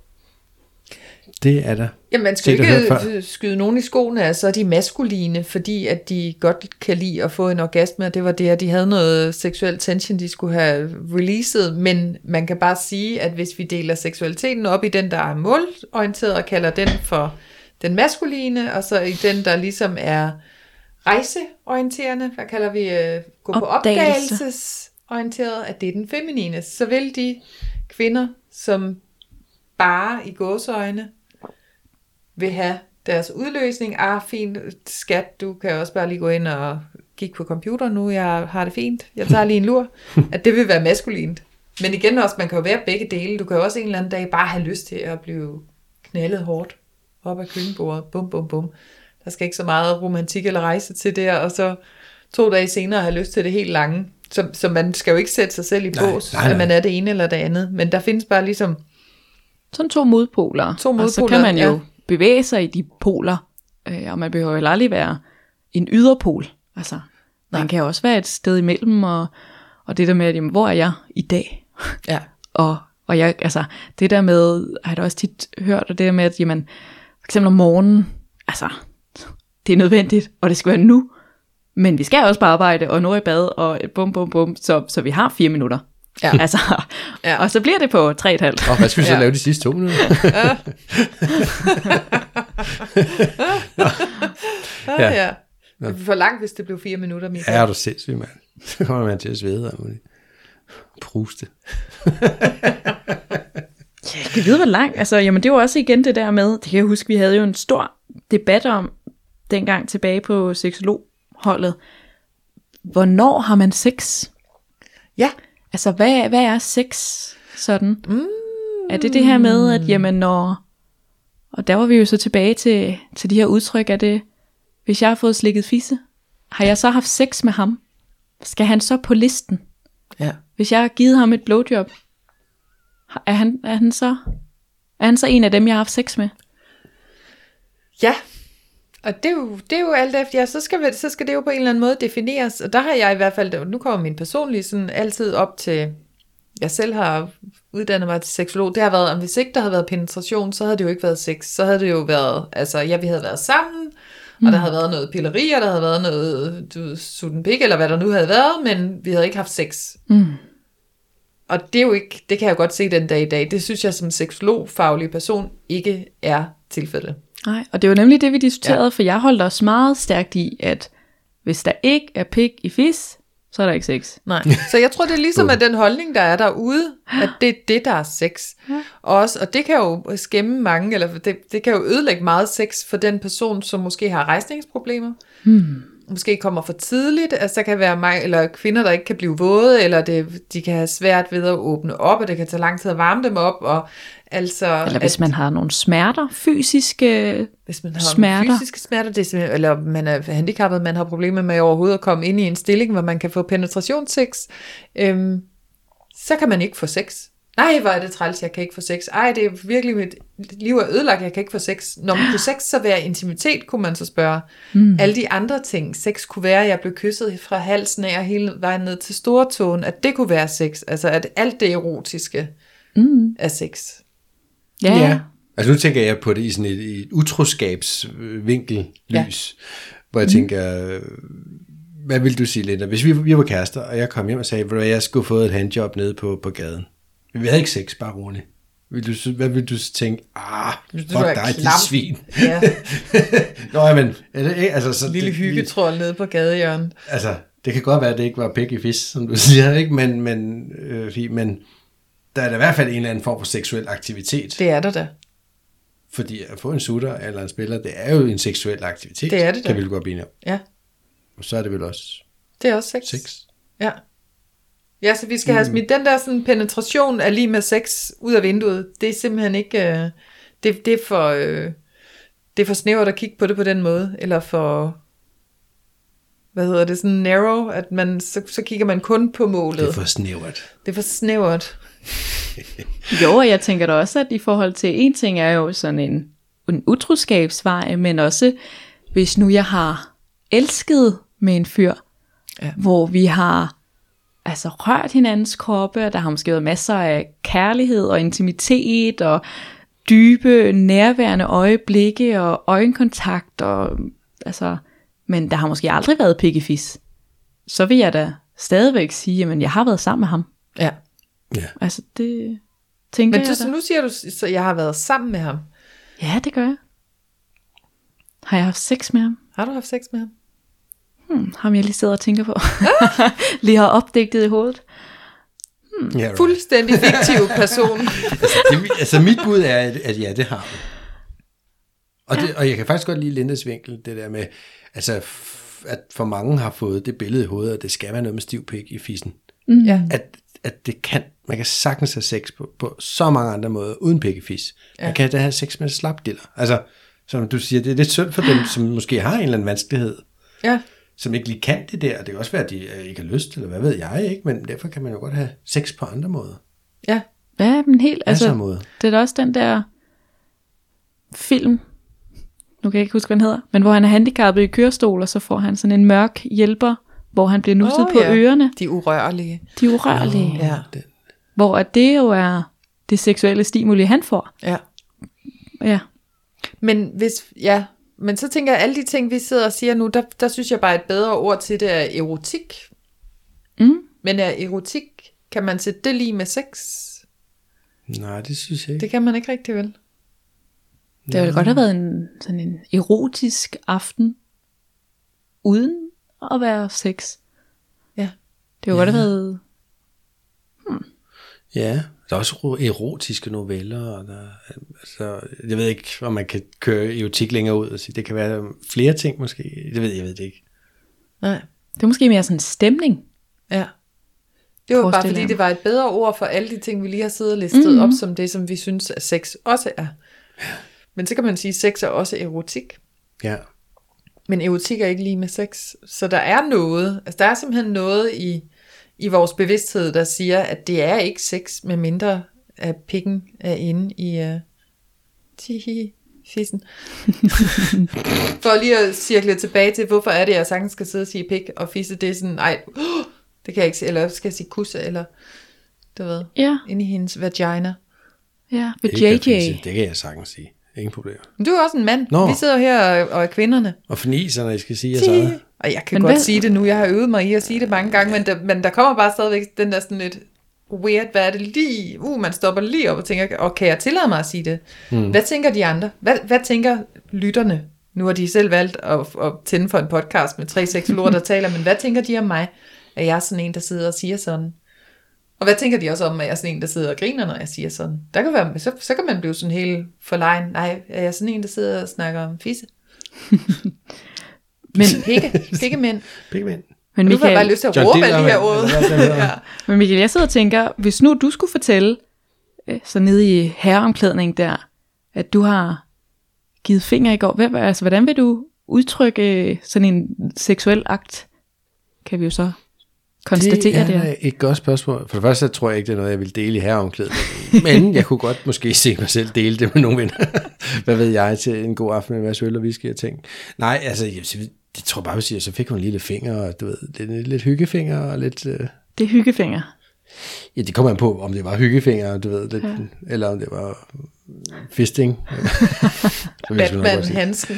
Speaker 3: Det er der.
Speaker 2: Jamen, man skal ikke skyde nogen i skoene, altså er de maskuline, fordi at de godt kan lide at få en orgasme, og det var det, at de havde noget seksuel tension, de skulle have releaset, men man kan bare sige, at hvis vi deler seksualiteten op i den, der er målorienteret, og kalder den for den maskuline, og så i den, der ligesom er rejseorienterende, hvad kalder vi, gå på opdagelsesorienteret, at det er den feminine, så vil de kvinder, som bare i gåseøjne vil have deres udløsning, fint skat, du kan også bare lige gå ind og kigge på computer nu, jeg har det fint, jeg tager lige en lur, at det vil være maskulint. Men igen også, man kan jo være begge dele. Du kan jo også en eller anden dag bare have lyst til at blive knaldet hårdt op ad køkkenbordet. Bum, bum, bum. Der skal ikke så meget romantik eller rejse til der, og så 2 dage senere have lyst til det helt lange. Så man skal jo ikke sætte sig selv i bås, at man er det ene eller det andet. Men der findes bare ligesom...
Speaker 4: Sådan 2 modpoler. Og så kan man jo bevæge sig i de poler, og man behøver jo aldrig være en yderpol. Altså, man kan også være et sted imellem, og det der med, at, jamen, hvor er jeg i dag?
Speaker 2: Ja.
Speaker 4: Og jeg, altså, det der med, har jeg da også tit hørt, og det der med, at jamen, for eksempel om morgenen, altså, det er nødvendigt, og det skal være nu, men vi skal også på arbejde, og nu er i bad, og bum, bum, bum, så vi har 4 minutter.
Speaker 2: Ja.
Speaker 4: Altså, og så bliver det på 3,5.
Speaker 3: Og hvad skal vi så lave de sidste 2 minutter?
Speaker 2: Ja. Det er for langt, hvis det blev 4 minutter, Michael.
Speaker 3: Ja, er du sindssygt, mand. Så kommer man til at svede. Pruste.
Speaker 4: Jeg ved, hvor langt. Altså, jamen, det var også igen det der med, det kan jeg huske, vi havde jo en stor debat om, dengang tilbage på seksologholdet. Hvornår har man sex?
Speaker 2: Ja.
Speaker 4: Altså, hvad er sex sådan? Er det her med, at jamen, når... Og der var vi jo så tilbage til de her udtryk af det. Hvis jeg har fået slikket fisse, har jeg så haft sex med ham? Skal han så på listen?
Speaker 2: Ja.
Speaker 4: Hvis jeg har givet ham et blowjob, er han så en af dem, jeg har haft sex med?
Speaker 2: Ja. Og det er jo alt efter, ja, så skal det jo på en eller anden måde defineres. Og der har jeg i hvert fald, nu kommer min personlige sådan altid op til, jeg selv har uddannet mig til seksolog, det har været, om hvis ikke der havde været penetration, så havde det jo ikke været sex. Så havde det jo været, altså ja, vi havde været sammen, og der havde været noget pilleri, og der havde været noget sutten pik, eller hvad der nu havde været, men vi havde ikke haft sex. Og det er jo ikke, det kan jeg godt se den dag i dag, det synes jeg som seksologfaglig person ikke er tilfældet.
Speaker 4: Nej, og det var nemlig det, vi diskuterede, for jeg holdt også meget stærkt i, at hvis der ikke er pik i fis, så er der ikke sex.
Speaker 2: Nej, så jeg tror, det er ligesom at den holdning, der er derude, at det er det, der er sex. Og det kan jo skæmme mange, eller det kan jo ødelægge meget sex for den person, som måske har rejsningsproblemer. Måske kommer for tidligt, altså der kan være mange, eller kvinder, der ikke kan blive våde, eller de kan have svært ved at åbne op, og det kan tage lang tid at varme dem op, og altså...
Speaker 4: Eller hvis man har nogle smerter, fysiske
Speaker 2: hvis man har
Speaker 4: smerter.
Speaker 2: Fysiske smerter, eller man er handicappet, man har problemer med overhovedet at komme ind i en stilling, hvor man kan få penetrationssex, så kan man ikke få sex. Nej, hvor er det træls, jeg kan ikke få sex. Ej, det er virkelig, mit liv er ødelagt, jeg kan ikke få sex. Når man kunne sex så være intimitet, kunne man så spørge. Alle de andre ting, sex kunne være, at jeg blev kysset fra halsen af og hele vejen ned til stortåen, at det kunne være sex. Altså, at alt det erotiske er sex.
Speaker 4: Ja.
Speaker 3: Altså nu tænker jeg på det i sådan et utroskabsvinkellys, hvor jeg tænker, hvad vil du sige, Linda? Hvis vi var kærester, og jeg kom hjem og sagde, at jeg skulle få et handjob nede på gaden. Vi havde ikke sex, bare roligt. Hvad vil du tænke? Fuck dig, dit svin.
Speaker 2: Ja.
Speaker 3: Nå, men... Altså, så
Speaker 2: lille hyggetrold nede på gadehjørnet.
Speaker 3: Altså, det kan godt være, at det ikke var pik i fisk, som du siger, ikke? Men der er da i hvert fald en eller anden form for seksuel aktivitet.
Speaker 2: Det er der da.
Speaker 3: Fordi at få en sutter eller en spiller, det er jo en seksuel aktivitet.
Speaker 2: Det er det da.
Speaker 3: Kan vi godt blive om.
Speaker 2: Ja.
Speaker 3: Og så er det vel også...
Speaker 2: Det er også sex. Ja. Ja, så vi skal have smidt den der sådan penetration af lige med sex ud af vinduet. Det er simpelthen ikke... Det er for snævert at kigge på det på den måde. Eller for... Hvad hedder det? Sådan narrow, at man så kigger man kun på målet.
Speaker 3: Det er for snævert.
Speaker 2: Det er for snævert.
Speaker 4: Jo, og jeg tænker da også, at i forhold til en ting er jo sådan en utroskabsvej, men også hvis nu jeg har elsket med en fyr, hvor vi har altså rørt hinandens kroppe, og der har måske været masser af kærlighed og intimitet og dybe, nærværende øjeblikke og øjenkontakt, og, altså, men der har måske aldrig været pikkefis. Så vil jeg da stadigvæk sige, at jeg har været sammen med ham.
Speaker 2: Ja.
Speaker 3: Ja.
Speaker 4: Altså det tænker
Speaker 2: men
Speaker 4: jeg
Speaker 2: så nu siger du, så jeg har været sammen med ham.
Speaker 4: Ja, det gør jeg. Har jeg haft sex med ham?
Speaker 2: Har du haft sex med ham?
Speaker 4: Ham jeg lige sidder og tænker på. Lige har opdigtet i hovedet.
Speaker 3: Yeah, right.
Speaker 2: Fuldstændig fiktiv person.
Speaker 3: Altså mit bud er, at ja, det har vi. Og jeg kan faktisk godt lide Lindes vinkel, det der med, altså at for mange har fået det billede i hovedet, at det skal være noget med stiv pik i fissen.
Speaker 2: Ja.
Speaker 3: At det kan, man kan sagtens have sex på så mange andre måder, uden pik i fis. Man kan da have sex med slapdiller. Altså, som du siger, det er lidt synd for dem, som måske har en eller anden vanskelighed.
Speaker 2: Ja.
Speaker 3: Som ikke lige kan det der. Det kan også være, at de ikke har lyst, eller hvad ved jeg ikke, men derfor kan man jo godt have sex på andre måder.
Speaker 2: Ja.
Speaker 4: Ja, men helt, altså,
Speaker 3: måder.
Speaker 4: det er da også den der film, nu kan jeg ikke huske, hvad den hedder, men hvor han er handicappet i kørestol, og så får han sådan en mørk hjælper, hvor han bliver nusset på ørerne.
Speaker 2: De urørlige.
Speaker 4: De urørlige.
Speaker 2: Ja.
Speaker 4: Hvor at det jo er det seksuelle stimuli, han får.
Speaker 2: Ja.
Speaker 4: Ja.
Speaker 2: Men så tænker jeg, alle de ting, vi sidder og siger nu, der synes jeg bare, et bedre ord til det er erotik. Men er erotik, kan man sætte det lige med sex?
Speaker 3: Nej, det synes jeg ikke.
Speaker 2: Det kan man ikke rigtig, vel?
Speaker 4: Det ville godt have været sådan en erotisk aften, uden at være sex.
Speaker 2: Ja.
Speaker 4: Det ville godt have været...
Speaker 3: Ja, der er også erotiske noveller, og altså, jeg ved ikke, om man kan køre erotik længere ud og sige, det kan være flere ting måske, jeg ved det ikke.
Speaker 2: Nej.
Speaker 4: Det er måske mere sådan en stemning.
Speaker 2: Ja. Det var bare fordi, det var et bedre ord for alle de ting, vi lige har siddet og listet op, som det, som vi synes, at sex også er. Men så kan man sige, at sex er også erotik.
Speaker 3: Ja.
Speaker 2: Men erotik er ikke lige med sex. Så der er noget, altså der er simpelthen noget i vores bevidsthed, der siger, at det er ikke sex, med mindre at pikken er inde i fissen. For lige at cirkle tilbage til, hvorfor er det, jeg sagtens skal sidde og sige pik og fisse, det er sådan, det kan jeg ikke sige, eller skal jeg sige kusse, eller du ved, inde i hendes vagina.
Speaker 4: Ja, ved JJ.
Speaker 3: Det kan jeg sagtens sige. Ingen problem.
Speaker 2: Men du er også en mand. Nå. Vi sidder her og er kvinderne.
Speaker 3: Og fniser, når I skal sige jeres eget.
Speaker 2: Og jeg kan godt sige det nu. Jeg har øvet mig i at sige det mange gange, men der kommer bare stadigvæk den der sådan lidt weird, hvad er det lige? Man stopper lige op og tænker, kan jeg tillade mig at sige det? Hvad tænker de andre? Hvad tænker lytterne? Nu har de selv valgt at tænde for en podcast med 3 seksologer, der taler, men hvad tænker de om mig? Er jeg sådan en, der sidder og siger sådan? Og hvad tænker de også om, at jeg er sådan en, der sidder og griner, når jeg siger sådan? Der kan være, så kan man blive sådan helt forlegen. Nej, er jeg sådan en, der sidder og snakker om fisse? Men pikkemænd.
Speaker 4: Men
Speaker 2: nu får jeg bare lyst til at råbe alle de her ord.
Speaker 4: Ja. Men Michael, jeg sidder og tænker, hvis nu du skulle fortælle, så nede i herreomklædning der, at du har givet finger i går, hvordan vil du udtrykke sådan en seksuel akt? Kan vi jo så konstatere det.
Speaker 3: Det er et godt spørgsmål. For det første tror jeg ikke, det er noget, jeg vil dele i herreomklædning. Men jeg kunne godt måske se mig selv dele det med nogle venner. Hvad ved jeg, til en god aften med en masse øl og whisky og ting. Nej, altså, det tror jeg bare, at så fik hun en lille finger, og du ved, lidt hyggefinger og lidt...
Speaker 4: Det er hyggefinger.
Speaker 3: Ja, det kommer an på, om det var hyggefinger, du ved, lidt, eller om det var fisting.
Speaker 2: Batman-handsken.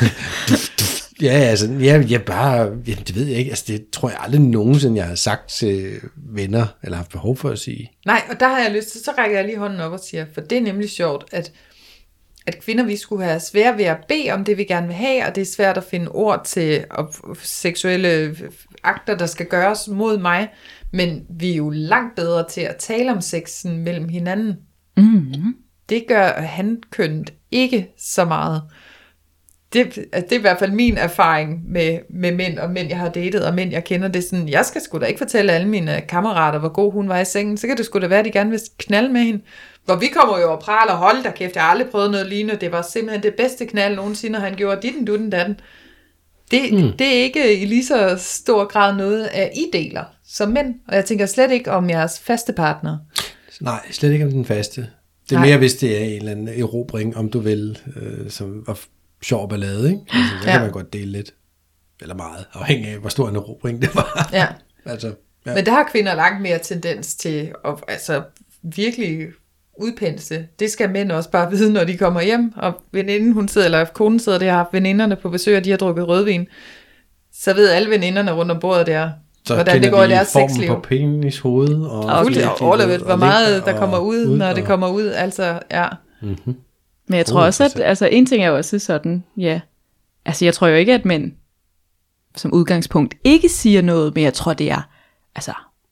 Speaker 3: Ja, altså, det ved jeg ikke, altså det tror jeg aldrig nogensinde, jeg har sagt til venner, eller haft behov for at sige.
Speaker 2: Nej, og der har jeg lyst til, så rækker jeg lige hånden op og siger, for det er nemlig sjovt, at kvinder, vi skulle have svært ved at bede om det, vi gerne vil have, og det er svært at finde ord til seksuelle akter, der skal gøres mod mig, men vi er jo langt bedre til at tale om sexen mellem hinanden.
Speaker 4: Mm-hmm.
Speaker 2: Det gør hankønnet ikke så meget. Det er i hvert fald min erfaring med mænd, og mænd, jeg har datet, og mænd, jeg kender. Det er sådan, jeg skal sgu da ikke fortælle alle mine kammerater, hvor god hun var i sengen. Så kan det sgu da være, at de gerne vil knalde med hende. Hvor vi kommer jo og praler, hold da kæft, jeg har aldrig prøvet noget lignende. Det var simpelthen det bedste knald nogensinde, og han gjorde ditten, dutten, datten. Det er ikke i lige så stor grad noget, at I deler som mænd. Og jeg tænker slet ikke om jeres faste partner.
Speaker 3: Nej, slet ikke om den faste. Det er mere, hvis det er en eller anden erobring, om du vil, som var sjov ballade, ikke? Altså, så kan man godt dele lidt. Eller meget, afhængig af, hvor stor en erobring det var.
Speaker 2: Ja.
Speaker 3: Altså, ja.
Speaker 2: Men der har kvinder langt mere tendens til at virkelig udpensle. Det skal mænd også bare vide, når de kommer hjem, og veninden, hun sidder, eller konen sidder der, har haft veninderne på besøg, og de har drukket rødvin. Så ved alle veninderne rundt om bordet der,
Speaker 3: så
Speaker 2: hvordan det går i deres sexliv.
Speaker 3: Så på penis hoved.
Speaker 2: Og hvor meget der kommer ud, når det kommer ud. Altså, ja.
Speaker 3: Mm-hmm.
Speaker 4: Men jeg tror også, at altså, en ting er jo også sådan, ja. Altså, jeg tror jo ikke, at mænd som udgangspunkt ikke siger noget, men jeg tror, det er altså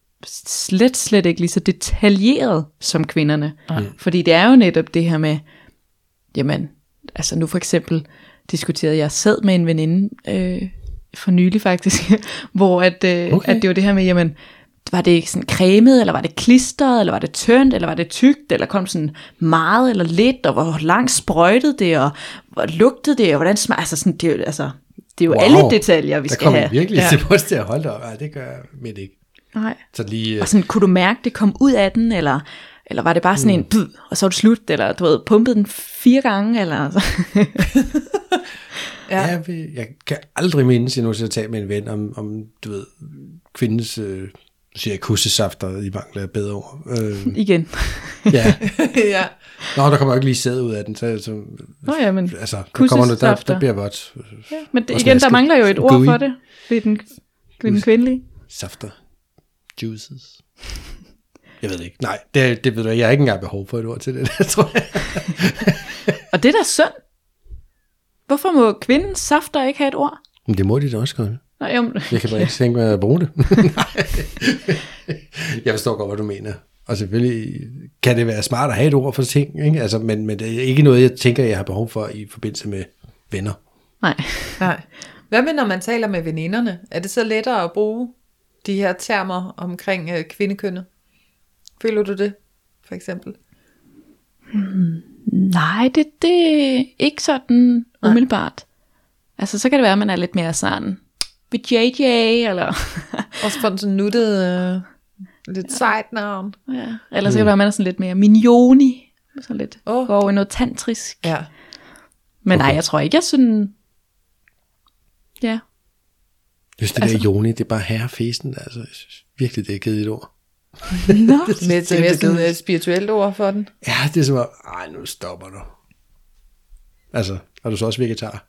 Speaker 4: slet ikke lige så detaljeret som kvinderne. Fordi det er jo netop det her med, jamen, altså nu for eksempel diskuterede jeg sad med en veninde for nylig faktisk, hvor at det var det her med, jamen, var det sådan cremet, eller var det klistret, eller var det tyndt, eller var det tykt, eller kom sådan meget eller lidt, og hvor langt sprøjtede det, og hvor lugtede det, og hvordan smagte, altså sådan, det er jo alle detaljer, vi skal have.
Speaker 3: Der kommer virkelig til at holde op. Nej, det gør jeg midt ikke.
Speaker 4: Nej.
Speaker 3: Så lige,
Speaker 4: og sådan, kunne du mærke, det kom ud af den, eller var det bare sådan en bid, og så var det slut, eller du ved, pumpede den 4 gange, eller altså.
Speaker 3: Ja, jeg kan aldrig mindes, jeg nu skal tale med en ven om du ved, kvindens, siger jeg, kussesafter, i mangler af bedre ord.
Speaker 4: Igen.
Speaker 3: Ja.
Speaker 2: Ja.
Speaker 3: Nå, der kommer jo ikke lige sæd ud af den, så
Speaker 4: nå ja, men
Speaker 3: altså, der bliver vådt.
Speaker 4: Ja, men igen, der mangler jo et ord for det, ved den kvindelige.
Speaker 3: Safter. Juices. Jeg ved ikke. Nej, det ved du, jeg har ikke engang behov for et ord til det, tror jeg.
Speaker 2: Og det er da synd.
Speaker 4: Hvorfor må kvindens safter ikke have et ord?
Speaker 3: Men det må de da også godt.
Speaker 4: Nej, jamen.
Speaker 3: Jeg kan bare ikke tænke mig at bruge det. Jeg forstår godt, hvad du mener. Og selvfølgelig kan det være smart at have et ord for ting, ikke? Altså, men det er ikke noget, jeg tænker, jeg har behov for i forbindelse med venner.
Speaker 2: Nej. Hvad med, når man taler med veninderne? Er det så lettere at bruge de her termer omkring kvindekønnet? Føler du det, for eksempel?
Speaker 4: Nej, det er ikke sådan umiddelbart. Altså, så kan det være, at man er lidt mere sådan ved JJ, eller
Speaker 2: også for sådan nuttet, lidt sejt navn.
Speaker 4: Ja. Eller så kan det være, at man er sådan lidt mere Mignoni, sådan lidt går over i noget tantrisk.
Speaker 2: Ja.
Speaker 4: Men nej, jeg tror ikke, jeg sådan, ja.
Speaker 3: Just det der Joni, det er bare herrefesten, altså, jeg synes virkelig, det er givet et ord.
Speaker 2: Nå, med sådan et spirituelt ord for den.
Speaker 3: Ja, det er som om, nu stopper du. Altså, er du så også vegetar?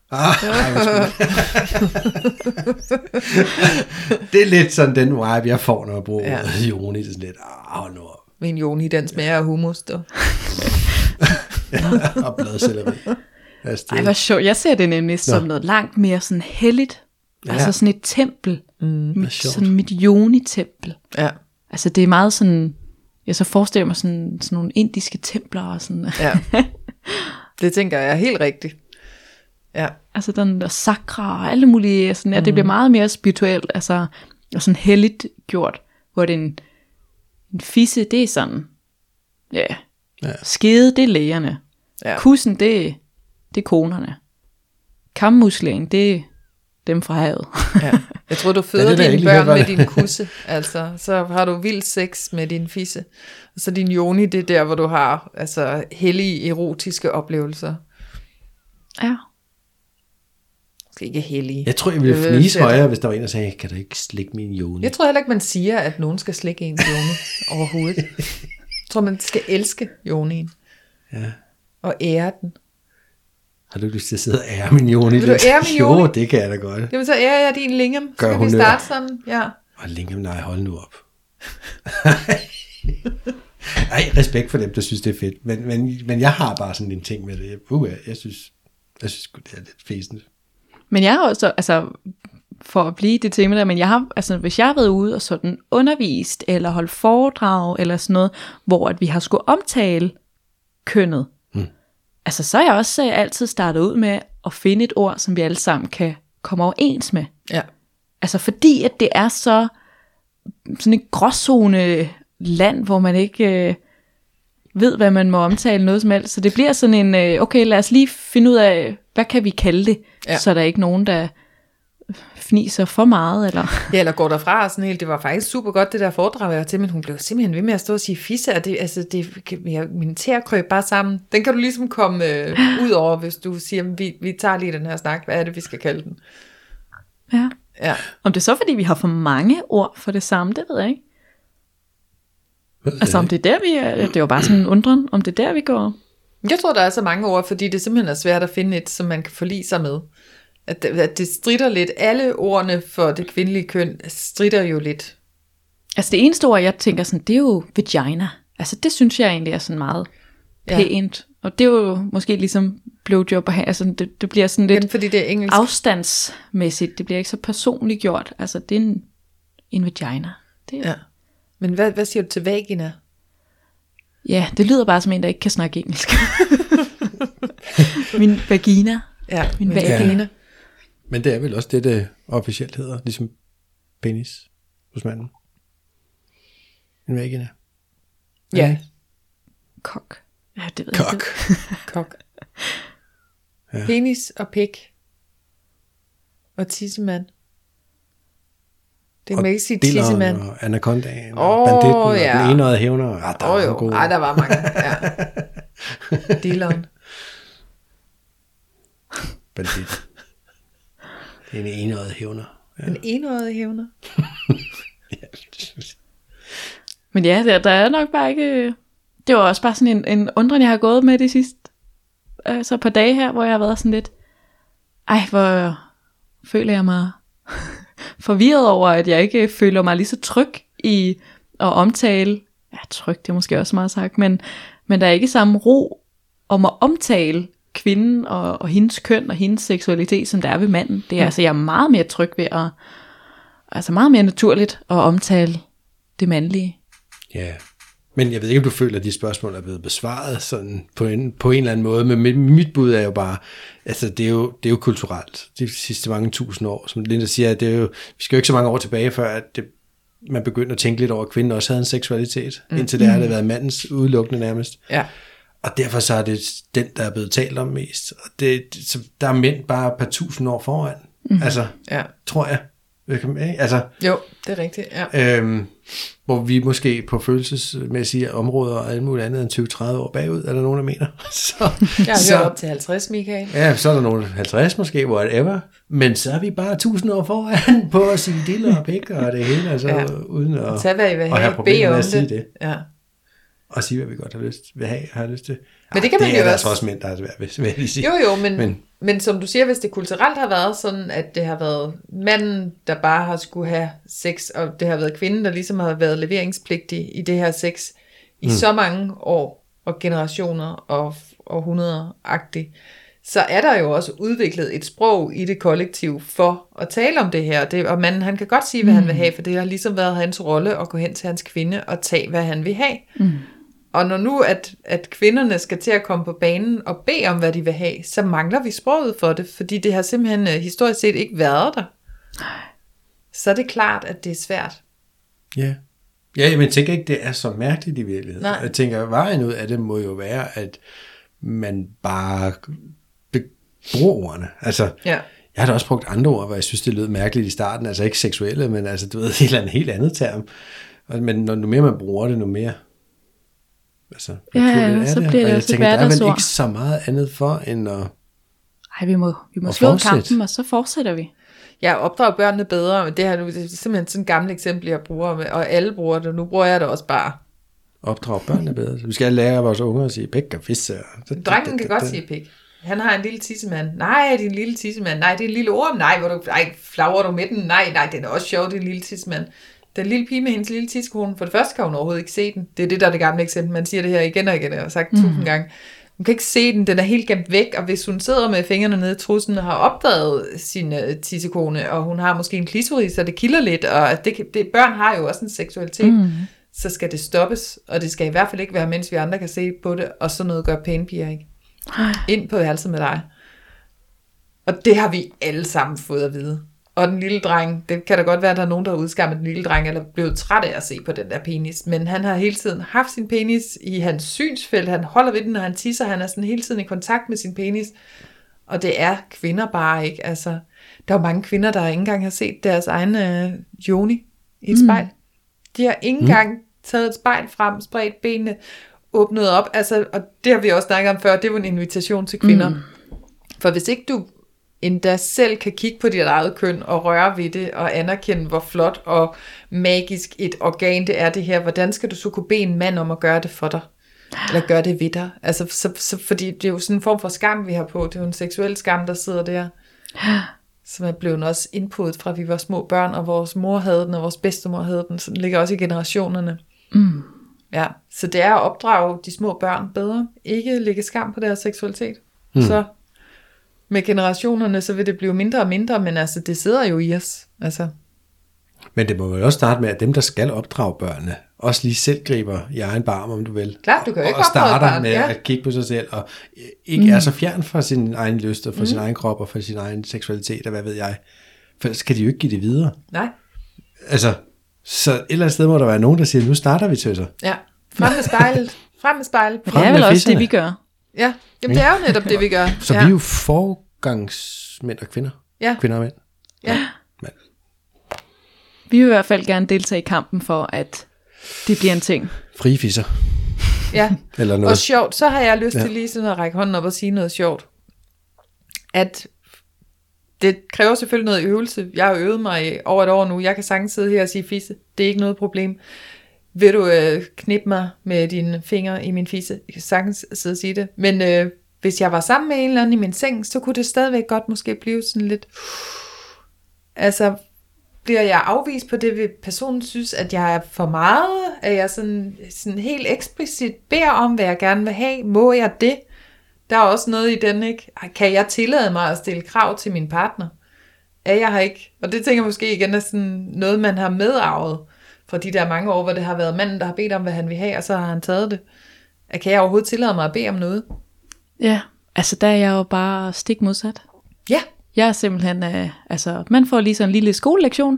Speaker 3: Det er lidt sådan den vibe, jeg får, når jeg bruger Joni. Det er sådan lidt, hold nu op.
Speaker 2: Men Joni, den smager af hummus, du.
Speaker 3: Og bladcelleri.
Speaker 4: Ej, hvor sjovt. Jeg ser det nemlig som noget langt mere sådan helligt. Ja. Altså sådan et tempel. Sådan mit Joni-tempel.
Speaker 2: Ja.
Speaker 4: Altså det er meget sådan, jeg så forestiller mig sådan nogle indiske templer og sådan.
Speaker 2: Ja. Det tænker jeg er helt rigtigt. Ja.
Speaker 4: Altså den der sakra og alle mulige, sådan, det bliver meget mere spirituelt, altså, og sådan helligt gjort, hvor det en fisse, det er sådan, skede, det er lægerne, kussen, det er konerne, kammusling, det er dem fra havet.
Speaker 2: Ja. Jeg tror, du føder dine børn med din kusse, altså, så har du vild sex med din fisse, og så din Joni, det er der, hvor du har altså hellige erotiske oplevelser.
Speaker 4: Ja.
Speaker 2: Måske ikke hellige.
Speaker 3: Jeg tror, jeg ville fnise højere, hvis der var en, der sagde, kan du ikke slikke min Joni?
Speaker 2: Jeg tror heller ikke, man siger, at nogen skal slikke ens Joni overhovedet. Jeg tror, man skal elske Jonien.
Speaker 3: Ja.
Speaker 2: Og ære den.
Speaker 3: Har du lyst til at sidde og ære min Joni?
Speaker 2: Vil du ære min Joni?
Speaker 3: Jo, det kan jeg da godt.
Speaker 2: Jamen, så ærer jeg din Lingam. Så kan vi starte sådan, ja.
Speaker 3: Og Lingam, nej, hold nu op. Ej, respekt for dem, der synes, det er fedt. Men jeg har bare sådan en ting med det. Jeg synes det er lidt fæsende.
Speaker 4: Men jeg har også, altså, for at blive det tema der, men jeg har, altså, hvis jeg har været ude og sådan undervist, eller holdt foredrag, eller sådan noget, hvor at vi har skulle omtale kønnet, altså, så er jeg også altid startet ud med at finde et ord, som vi alle sammen kan komme overens med.
Speaker 2: Ja.
Speaker 4: Altså, fordi at det er så sådan en gråzone land, hvor man ikke ved, hvad man må omtale noget som helst. Så det bliver sådan en, okay, lad os lige finde ud af, hvad kan vi kalde det, så der er ikke nogen, der fniser for meget. Eller
Speaker 2: går derfra sådan helt, det var faktisk super godt, det der foredrag, jeg var til, men hun blev simpelthen ved med at stå og sige fisse, og min tæer krøb bare sammen. Den kan du ligesom komme ud over, hvis du siger, vi tager lige den her snak, hvad er det, vi skal kalde den? Ja.
Speaker 4: Om det er så, fordi vi har for mange ord for det samme, det ved jeg ikke. Altså om det er der vi er, det er jo bare sådan en undren, om det er der vi går.
Speaker 2: Jeg tror der er så mange ord, fordi det simpelthen er svært at finde et, som man kan forlige sig med. At det stritter lidt. Alle ordene for det kvindelige køn stritter jo lidt.
Speaker 4: Altså det eneste ord jeg tænker sådan, det er jo vagina. Altså det synes jeg egentlig er sådan meget pænt. Og det er jo måske ligesom blowjob og altså det bliver sådan lidt
Speaker 2: fordi det er engelsk.
Speaker 4: Afstandsmæssigt. Det bliver ikke så personligt gjort. Altså det er en vagina. Det er
Speaker 2: Men hvad siger du til vagina?
Speaker 4: Ja, det lyder bare som en, der ikke kan snakke engelsk. Min vagina.
Speaker 2: Ja, min vagina.
Speaker 3: Men det er vel også det officielt hedder, ligesom penis hos manden. En vagina.
Speaker 2: Ja.
Speaker 4: Kok. Ja, det ved jeg
Speaker 3: Kok.
Speaker 4: ikke.
Speaker 2: Kok.
Speaker 3: Ja.
Speaker 2: Penis og pik. Og tissemand. Det må ikke sige tissemand.
Speaker 3: Og anacondaen, og banditten, og den enøjede hævner. Der var
Speaker 2: jo.
Speaker 3: gode.
Speaker 2: Ej, der var mange. Ja. Dealeren.
Speaker 3: Bandit. Det er en enøjet hævner. Ja.
Speaker 2: En enøjet hævner.
Speaker 4: Men ja, der er nok bare ikke... Det var også bare sådan en undren, jeg har gået med de sidste så par dage her, hvor jeg har været sådan lidt... Ej, hvor føler jeg mig forvirret over, at jeg ikke føler mig lige så tryg i at omtale... Ja, tryg, det er måske også meget sagt, men der er ikke samme ro om at omtale kvinden og hendes køn og hendes seksualitet, som der er ved manden. Det er altså, jeg er meget mere tryg ved at... Altså meget mere naturligt at omtale det mandlige.
Speaker 3: Ja, men jeg ved ikke, om du føler, at de spørgsmål er blevet besvaret sådan på en eller anden måde, men mit bud er jo bare, altså det er jo kulturelt, de sidste mange tusind år, som Linda siger, det er jo, vi skal jo ikke så mange år tilbage, før at man begyndte at tænke lidt over, at kvinden også havde en seksualitet, indtil det har det været mandens udelukkende nærmest.
Speaker 2: Ja.
Speaker 3: Og derfor så er det den, der er blevet talt om mest, og så der er mænd bare et par tusind år foran, altså, tror jeg. Altså,
Speaker 2: Jo, det er rigtigt, ja.
Speaker 3: Hvor vi måske på følelsesmæssige områder og alt muligt andet end 20-30 år bagud, er der nogen, der mener.
Speaker 2: Jeg har hørt op til 50, Michael.
Speaker 3: Ja, så er der nogen 50 måske, whatever. Men så er vi bare 1000 år foran på at sige diller og pik og det hele, altså uden at
Speaker 2: tage, hvad I vil
Speaker 3: have problemer med at sige det.
Speaker 2: Ja.
Speaker 3: Og sige, hvad vi godt har lyst til.
Speaker 2: Men det kan man jo
Speaker 3: også... Det er
Speaker 2: også
Speaker 3: også mænd, der er svært ved, vil jeg sige.
Speaker 2: Jo, men som du siger, hvis det kulturelt har været sådan, at det har været manden, der bare har skulle have sex, og det har været kvinden, der ligesom har været leveringspligtig i det her sex i så mange år og generationer og århundreder-agtigt, så er der jo også udviklet et sprog i det kollektiv for at tale om det her. Og manden, han kan godt sige, hvad han vil have, for det har ligesom været hans rolle at gå hen til hans kvinde og tage, hvad han vil have. Og når nu, at kvinderne skal til at komme på banen og bede om, hvad de vil have, så mangler vi sproget for det, fordi det har simpelthen historisk set ikke været der. Så er det klart, at det er svært.
Speaker 3: Ja. Ja, men jeg tænker ikke, det er så mærkeligt i virkeligheden.
Speaker 2: Nej.
Speaker 3: Jeg tænker, vejen ud af det må jo være, at man bare bruger ordene. Altså, jeg har da også brugt andre ord, hvor jeg synes, det lød mærkeligt i starten. Altså ikke seksuelle, men altså, du ved, et eller andet helt andet term. Men når mere man bruger det, nu mere... Altså,
Speaker 4: så bliver det også et hverdagsord.
Speaker 3: Der er vel ikke så meget andet for, end at...
Speaker 4: Ej, vi må slå kampen, og så fortsætter vi.
Speaker 2: Ja, opdrage børnene bedre, men det er simpelthen sådan et gammelt eksempel, jeg bruger, og alle bruger det, nu bruger jeg det også bare.
Speaker 3: Opdrage børnene bedre? Så vi skal lære vores unger at sige pik og fisse.
Speaker 2: Drengen kan godt sige pik. Han har en lille tissemand. Nej, det er en lille tissemand. Nej, det er en lille orm. Nej, flagrer du med den? Nej, den er også sjov, det er en lille tissemand. Den lille pige med hendes lille tidskone, for det første kan hun overhovedet ikke se den. Det er det, der er det gamle eksempel. Man siger det her igen og igen, og jeg har sagt 1000 gange. Hun kan ikke se den, den er helt gemt væk, og hvis hun sidder med fingrene nede i trussen og har opdaget sin tissekone, og hun har måske en klitoris, så det kilder lidt, og børn har jo også en seksualitet, så skal det stoppes, og det skal i hvert fald ikke være, mens vi andre kan se på det, og sådan noget gør pænepiger ikke. Ind på værelset med dig. Og det har vi alle sammen fået at vide. Og den lille dreng, det kan da godt være, at der er nogen, der har udskammet den lille dreng, eller blevet træt af at se på den der penis, men han har hele tiden haft sin penis i hans synsfelt, han holder ved den, når han tisser, han er sådan hele tiden i kontakt med sin penis, og det er kvinder bare ikke, altså, der er jo mange kvinder, der ikke engang har set deres egen joni i et spejl. De har ikke engang taget et spejl frem, spredt benene, åbnet op, altså, og det har vi også snakket om før, det var en invitation til kvinder, for hvis ikke du endda selv kan kigge på dit eget køn og røre ved det og anerkende, hvor flot og magisk et organ det er det her. Hvordan skal du så kunne bede en mand om at gøre det for dig? Eller gøre det ved dig? Altså, så fordi det er jo sådan en form for skam, vi har på. Det er jo en seksuel skam, der sidder der. Som er blevet også input fra, vi var små børn, og vores mor havde den, og vores bedstemor havde den. Så den ligger også i generationerne. Ja, så det er at opdrage de små børn bedre. Ikke lægge skam på deres seksualitet. Så... Med generationerne, så vil det blive mindre og mindre, men altså, det sidder jo i os. Altså.
Speaker 3: Men det må jo også starte med, at dem, der skal opdrage børnene, også lige selv griber i egen barm, om du vil.
Speaker 2: Klart, du kan jo ikke
Speaker 3: og starter
Speaker 2: opdrage børn,
Speaker 3: med at kigge på sig selv, og ikke er så fjern fra sin egen lyst, og fra sin egen krop, og fra sin egen seksualitet, og hvad ved jeg. For ellers kan de jo ikke give det videre.
Speaker 2: Nej.
Speaker 3: Altså, så et eller andet sted må der være nogen, der siger, nu starter vi tøser.
Speaker 2: Ja, frem med spejlet. Frem med spejlet.
Speaker 4: Men det er vel også det, vi gør.
Speaker 2: Ja, jamen det er jo netop det, vi gør.
Speaker 3: Så vi er jo forgangsmænd og kvinder.
Speaker 2: Ja.
Speaker 3: Kvinder og mænd.
Speaker 2: Ja.
Speaker 4: Vi vil i hvert fald gerne deltage i kampen for, at det bliver en ting.
Speaker 3: Frie fisser.
Speaker 2: Ja,
Speaker 3: eller noget.
Speaker 2: Og sjovt, så har jeg lyst til lige sådan at række hånden op og sige noget sjovt. At det kræver selvfølgelig noget øvelse. Jeg har øvet mig i over et år nu. Jeg kan sagtens sidde her og sige fisse. Det er ikke noget problem. Vil du knippe mig med dine fingre i min fisse? Jeg kan sagtens sidde og sige det. Men hvis jeg var sammen med en eller anden i min seng, så kunne det stadigvæk godt måske blive sådan lidt... Altså, bliver jeg afvist på det, hvis personen synes, at jeg er for meget? At jeg sådan helt eksplicit beder om, hvad jeg gerne vil have? Må jeg det? Der er også noget i den, ikke? Kan jeg tillade mig at stille krav til min partner? Jeg har ikke. Og det tænker jeg måske igen er sådan noget, man har medarvet fra de der mange år, hvor det har været manden, der har bedt om, hvad han vil have, og så har han taget det. Kan jeg overhovedet tillade mig at bede om noget?
Speaker 4: Ja, altså der er jeg jo bare stik modsat.
Speaker 2: Ja.
Speaker 4: Jeg er simpelthen, altså man får lige sådan en lille skolelektion.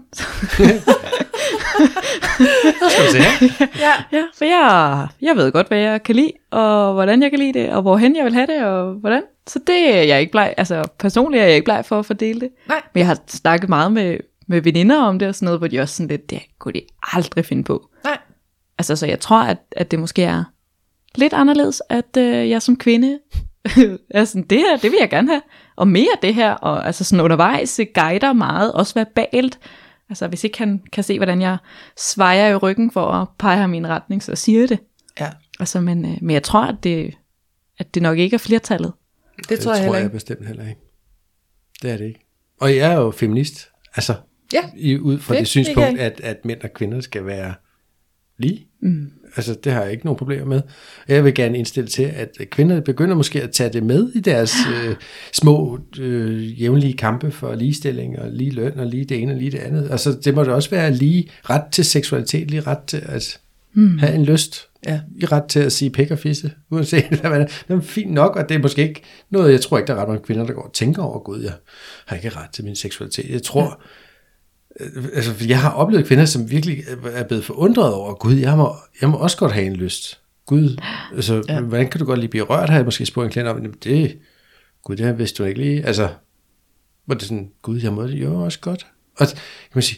Speaker 4: Ja, for jeg ved godt, hvad jeg kan lide, og hvordan jeg kan lide det, og hvorhen jeg vil have det, og hvordan. Så det er jeg ikke bleg, altså personligt er jeg ikke bleg for at fordele det.
Speaker 2: Nej.
Speaker 4: Men jeg har snakket meget med veninder om det og sådan noget, hvor de også sådan lidt, det kunne de aldrig finde på.
Speaker 2: Nej.
Speaker 4: Altså så jeg tror, at det måske er lidt anderledes, at jeg som kvinde er sådan, det her, det vil jeg gerne have, og mere af det her, og altså sådan undervejs guider meget, også verbalt. Altså hvis ikke han kan se, hvordan jeg svejer i ryggen for at pege ham i en retning, så siger jeg det.
Speaker 2: Ja.
Speaker 4: Altså, men jeg tror, at det nok ikke er flertallet.
Speaker 2: Det tror jeg
Speaker 3: jeg bestemt heller ikke. Det er det ikke. Og jeg er jo feminist, altså ud fra det synspunkt, at mænd og kvinder skal være lige. Altså det har jeg ikke nogen problemer med. Jeg vil gerne indstille til, at kvinder begynder måske at tage det med i deres små jævnlige kampe for ligestilling og lige løn og lige det ene og lige det andet. Altså det må da også være lige ret til seksualitet, lige ret til at have en lyst, lige ret til at sige pæk og fisse, uanset hvad man er. Det er fint nok, og det er måske ikke noget, jeg tror ikke, der er ret mange kvinder, der går og tænker over, gud, jeg har ikke ret til min seksualitet. Jeg tror... Altså, jeg har oplevet kvinder, som virkelig er blevet forundret over, gud, jeg må også godt have en lyst. Gud, altså, hvordan kan du godt lige blive rørt? Har jeg måske spurgt en klient om, det her vidste du ikke lige. Altså, var det sådan, gud, jeg må det jo også godt. Og kan man sige,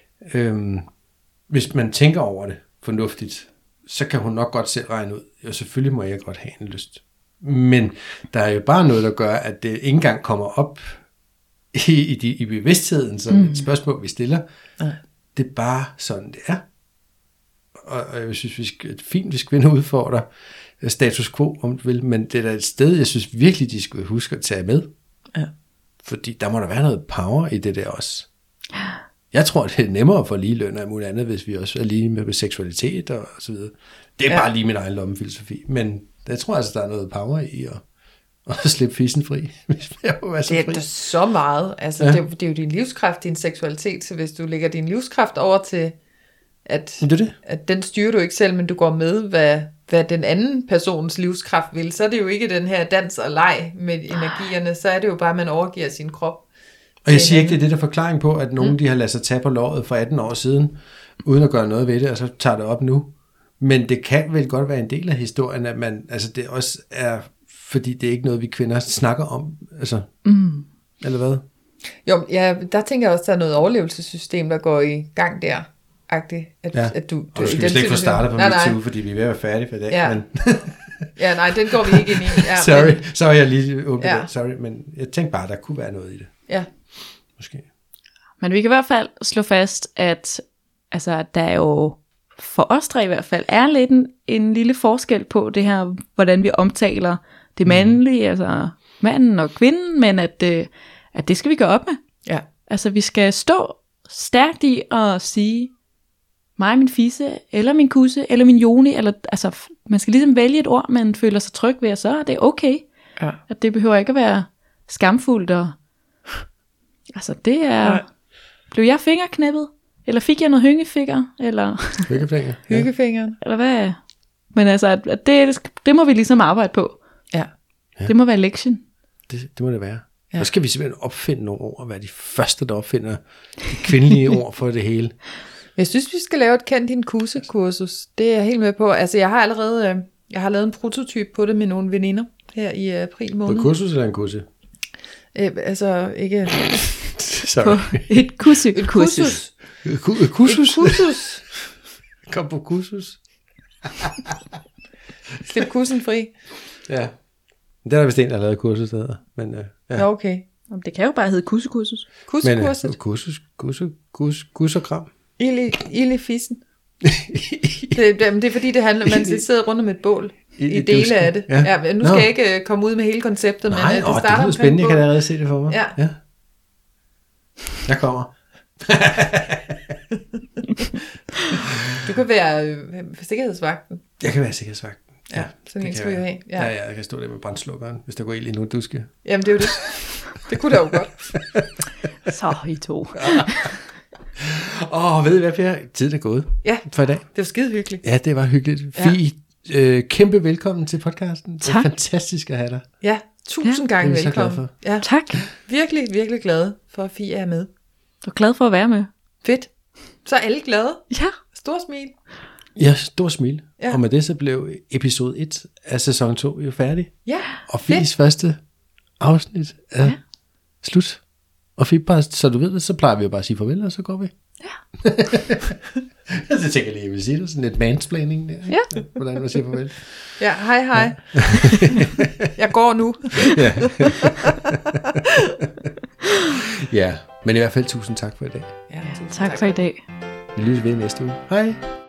Speaker 3: hvis man tænker over det fornuftigt, så kan hun nok godt selv regne ud, jo, selvfølgelig må jeg godt have en lyst. Men der er jo bare noget, der gør, at det ikke engang kommer op i bevidstheden, som et spørgsmål, vi stiller. Det er bare sådan, det er. Og jeg synes, det er fint, hvis kvinder udfordrer status quo, om du vil, men det er da et sted, jeg synes virkelig, de skulle huske at tage med. Ja. Fordi der må der være noget power i det der også. Jeg tror, det er nemmere at få lige løn og muligt andet, hvis vi også er lige med seksualitet og så videre. Det er bare lige min egen lommefilosofi, men jeg tror altså, der er noget power i at slippe fissen fri, hvis jeg må være så fri.
Speaker 2: Det er så meget. Altså, det er jo din livskraft, din seksualitet, så hvis du lægger din livskraft over til, at den styrer du ikke selv, men du går med, hvad den anden persons livskraft vil, så er det jo ikke den her dans og leg med energierne, så er det jo bare, at man overgiver sin krop.
Speaker 3: Og jeg siger ikke, det er det der forklaring på, at nogen de har ladet sig tage på låret for 18 år siden, uden at gøre noget ved det, og så tager det op nu. Men det kan vel godt være en del af historien, at man, altså det også er, fordi det er ikke noget, vi kvinder snakker om, altså, eller hvad?
Speaker 2: Jo, ja, der tænker jeg også, at der er noget overlevelsessystem, der går i gang der. At du
Speaker 3: og skal vi slet ikke få startet på MeToo, fordi vi er ved at være færdige for i dag.
Speaker 2: Ja.
Speaker 3: Men
Speaker 2: ja, nej, den går vi ikke ind i. Ja,
Speaker 3: sorry, så er jeg lige åbent. Ja. Sorry, men jeg tænkte bare, der kunne være noget i det.
Speaker 2: Ja.
Speaker 3: Måske.
Speaker 4: Men vi kan i hvert fald slå fast, at altså, der er jo for os tre i hvert fald er lidt en lille forskel på det her, hvordan vi omtaler det mandlige, altså manden og kvinden, men at det skal vi gøre op med.
Speaker 2: Ja.
Speaker 4: Altså vi skal stå stærkt i at sige, mig, min fisse, eller min kusse, eller min joni, eller, altså man skal ligesom vælge et ord, man føler sig tryg ved, og så er det okay. Ja. At det behøver ikke at være skamfuldt, og altså det er, blev jeg fingerknippet? Eller fik jeg noget hyngefinger? Eller,
Speaker 3: Hyggefinger.
Speaker 2: Hyggefingeren.
Speaker 4: eller hvad? Men altså, at det må vi ligesom arbejde på.
Speaker 2: Ja.
Speaker 4: Det må være lektien.
Speaker 3: Det må det være.
Speaker 2: Ja.
Speaker 3: Så skal vi simpelthen opfinde nogle ord, og være de første, der opfinder de kvindelige ord for det hele.
Speaker 2: Jeg synes, vi skal lave et kend din kusse-kursus. Det er jeg helt med på. Altså, jeg har allerede lavet en prototyp på det med nogle veninder her i april måned.
Speaker 3: På kursus eller en kusse?
Speaker 2: Altså, ikke...
Speaker 3: Sorry.
Speaker 4: Et kursus.
Speaker 2: Et kursus.
Speaker 3: Et kursus?
Speaker 2: Et kursus.
Speaker 3: Kom på kursus.
Speaker 2: Slip kussen fri.
Speaker 3: Ja. Det er der vist en, der har lavet kursus, der hedder. Men, ja.
Speaker 2: Ja, okay.
Speaker 4: Om det kan jo bare hedde kussekursus.
Speaker 2: Kussekurset.
Speaker 3: Kussekram.
Speaker 2: Ild i fissen. det er fordi, det handler, man sidder rundt om et bål i dele af det. Ja. Nu skal jeg ikke komme ud med hele konceptet,
Speaker 3: Nej,
Speaker 2: men det starter
Speaker 3: det er spændende. Jeg kan allerede se det for mig.
Speaker 2: Ja.
Speaker 3: Jeg kommer.
Speaker 2: Du kan være sikkerhedsvagten.
Speaker 3: Jeg kan være sikkerhedsvagten.
Speaker 2: Ja, sådan en skal vi jo have.
Speaker 3: Ja, jeg kan stå der med brandslukkeren, hvis der går ild i nu, du skal.
Speaker 2: Jamen, det er jo det. Det kunne da jo godt.
Speaker 4: Så I to.
Speaker 3: Ved I hvad, Per? Tiden er gået for i dag.
Speaker 2: Det var skide hyggeligt.
Speaker 3: Ja, det var hyggeligt. Fie, kæmpe velkommen til podcasten.
Speaker 4: Tak.
Speaker 3: Det er fantastisk at have dig.
Speaker 2: Ja, tusind gange
Speaker 3: det er vi så glade
Speaker 2: velkommen.
Speaker 3: for.
Speaker 2: Ja,
Speaker 4: Tak.
Speaker 2: virkelig, virkelig glad for, at Fie er med.
Speaker 4: Du er glad for at være med.
Speaker 2: Fedt. Så er alle glade.
Speaker 4: Ja.
Speaker 2: Stor smil.
Speaker 3: Ja, stor smil.
Speaker 2: Ja.
Speaker 3: Og med det så blev episode 1 af sæson 2 jo færdig.
Speaker 2: Ja,
Speaker 3: Og Fies første afsnit er slut. Og Fie bare, så du ved det, så plejer vi jo bare at sige farvel, og så går vi.
Speaker 4: Ja.
Speaker 3: Så tænker jeg lige, jeg vil sige det. Sådan lidt mansplaining der. Ikke?
Speaker 4: Ja.
Speaker 3: Hvordan man siger farvel.
Speaker 2: Ja, hej. Jeg går nu.
Speaker 3: Ja, men i hvert fald tusind tak for i dag.
Speaker 2: Ja,
Speaker 4: Tak for i dag.
Speaker 3: Vi lyttes ved næste uge. Hej.